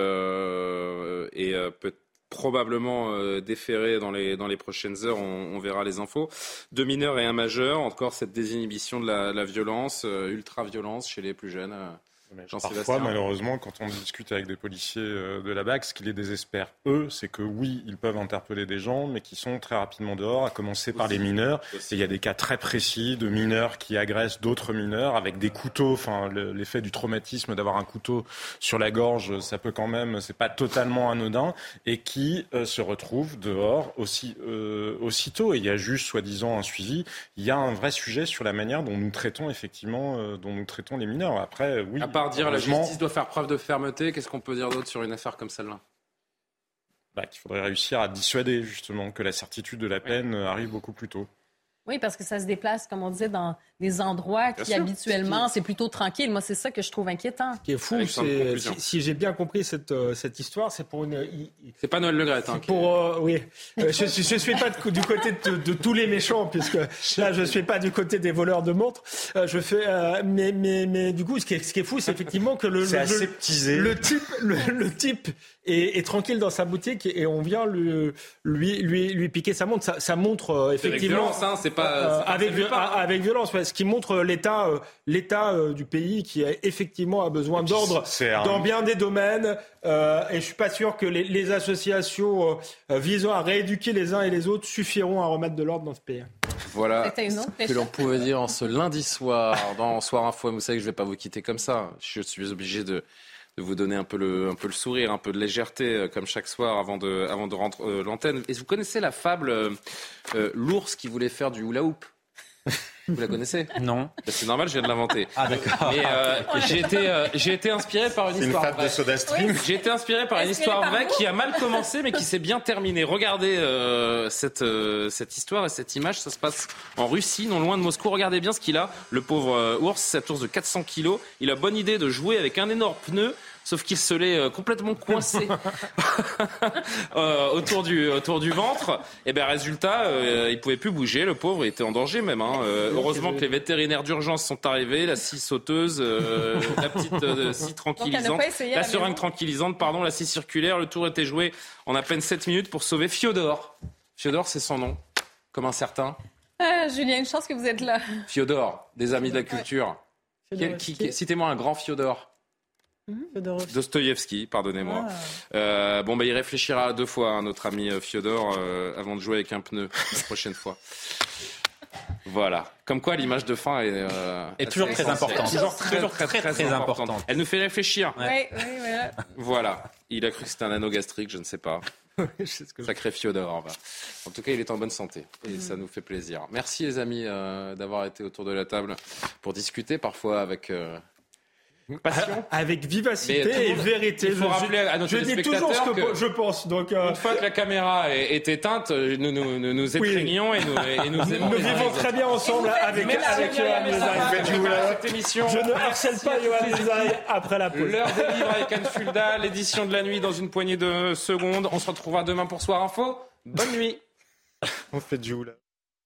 euh, et euh, peut probablement euh, déférés dans les, dans les prochaines heures, on, on verra les infos. Deux mineurs et un majeur, encore cette désinhibition de la, la violence, euh, ultra-violence chez les plus jeunes. Euh, Parfois, malheureusement, quand on discute avec des policiers de la B A C, ce qui les désespère, eux, c'est que oui, ils peuvent interpeller des gens, mais qui sont très rapidement dehors, à commencer par les mineurs. Et il y a des cas très précis de mineurs qui agressent d'autres mineurs avec des couteaux. Enfin, le, l'effet du traumatisme d'avoir un couteau sur la gorge, ça peut quand même, c'est pas totalement anodin, et qui euh, se retrouvent dehors aussi, euh, aussitôt. Et il y a juste, soi-disant, un suivi. Il y a un vrai sujet sur la manière dont nous traitons effectivement, euh, dont nous traitons les mineurs. Après, oui. À part dire la justice doit faire preuve de fermeté, qu'est-ce qu'on peut dire d'autre sur une affaire comme celle-là ? Bah, qu'il faudrait réussir à dissuader, justement, que la certitude de la peine arrive beaucoup plus tôt. Oui, parce que ça se déplace, comme on disait, dans des endroits qui, habituellement, c'est plutôt tranquille. Moi, c'est ça que je trouve inquiétant. Ce qui est fou, c'est, si, si j'ai bien compris cette, euh, cette histoire, c'est pour une... C'est pas Noël Le Graët. Hein, pour, euh, oui. Euh, je ne suis pas de, du côté de, de tous les méchants, puisque là, je ne suis pas du côté des voleurs de montres. Euh, je fais, euh, mais, mais, mais du coup, ce qui est, ce qui est fou, c'est effectivement que le, c'est le, aseptisé. le type... Le, le type est, est tranquille dans sa boutique et on vient lui, lui, lui, lui piquer sa montre. Ça, ça montre euh, effectivement... C'est avec violence, hein, c'est pas... Euh, c'est pas avec, vi- pas, avec violence, ouais, ce qui montre l'état, euh, l'état euh, du pays qui a effectivement a besoin d'ordre un... dans bien des domaines. Euh, et je suis pas sûr que les, les associations euh, visant à rééduquer les uns et les autres suffiront à remettre de l'ordre dans ce pays. Voilà ce que l'on pouvait dire en ce lundi soir dans Soir Info. Vous savez que je ne vais pas vous quitter comme ça. Je suis obligé de... de vous donner un peu le, un peu le sourire, un peu de légèreté, euh, comme chaque soir avant de, avant de rentrer euh, l'antenne. Et vous connaissez la fable euh, euh, l'ours qui voulait faire du hula hoop? Vous la connaissez? Non. C'est normal, je viens de l'inventer. Ah d'accord. Mais euh, j'ai été, euh, j'ai été inspiré par une C'est histoire une fable vraie. de Soda Stream. Oui. J'ai été inspiré par une histoire vraie qui a mal commencé, mais qui s'est bien terminée. Regardez euh, cette euh, cette histoire et cette image. Ça se passe en Russie, non loin de Moscou. Regardez bien ce qu'il a, le pauvre euh, ours. Cet ours de quatre cents kilos. Il a bonne idée de jouer avec un énorme pneu. Sauf qu'il se l'est euh, complètement coincé euh, autour du autour du ventre. Et ben résultat, euh, il pouvait plus bouger. Le pauvre, il était en danger même. Hein. Euh, heureusement que les vétérinaires d'urgence sont arrivés. La scie sauteuse, euh, la petite euh, scie tranquillisante, la, la seringue tranquillisante, pardon, la scie circulaire. Le tour était joué en à peine sept minutes pour sauver Fiodor. Fiodor, c'est son nom, comme un certain. Ah, Julien, une chance que vous êtes là. Fiodor, des amis de la culture. Ouais. Qui, qui, citez-moi un grand Fiodor. Mmh. Dostoïevski, pardonnez-moi. Ah. Euh, bon, bah, il réfléchira deux fois, hein, notre ami Fiodor, euh, avant de jouer avec un pneu la prochaine fois. Voilà. Comme quoi, l'image de fin est, euh, est toujours très importante. Toujours très, toujours très, très, très, très importante. importante. Elle nous fait réfléchir. Ouais. Oui, oui, voilà. Voilà. Il a cru que c'était un anneau gastrique, je ne sais pas. Sacré Fiodor. En tout cas, il est en bonne santé et mmh. ça nous fait plaisir. Merci les amis euh, d'avoir été autour de la table pour discuter, parfois avec euh, passion, avec vivacité et vérité. Il faut je, rappeler à nos je dis toujours ce que, que je pense. Donc, euh... une fois que la caméra est, est éteinte, nous nous, nous, nous étreignons oui. et nous, et nous, nous, nous vivons très bien ensemble avec avec Johan Usaï. Cette émission. Je ne harcèle pas Johan Usaï après la pause. L'heure des livres avec Anne Fulda, l'édition de la nuit dans une poignée de secondes. On se retrouvera demain pour Soir Info. Bonne nuit. On fait du là.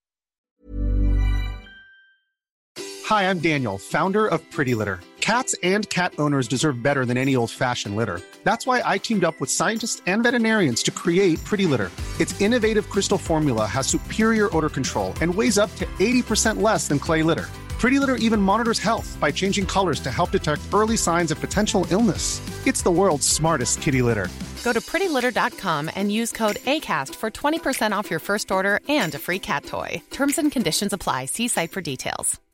Hi, I'm Daniel, founder of Pretty Litter. Cats and cat owners deserve better than any old-fashioned litter. That's why I teamed up with scientists and veterinarians to create Pretty Litter. Its innovative crystal formula has superior odor control and weighs up to eighty percent less than clay litter. Pretty Litter even monitors health by changing colors to help detect early signs of potential illness. It's the world's smartest kitty litter. Go to pretty litter dot com and use code ACAST for twenty percent off your first order and a free cat toy. Terms and conditions apply. See site for details.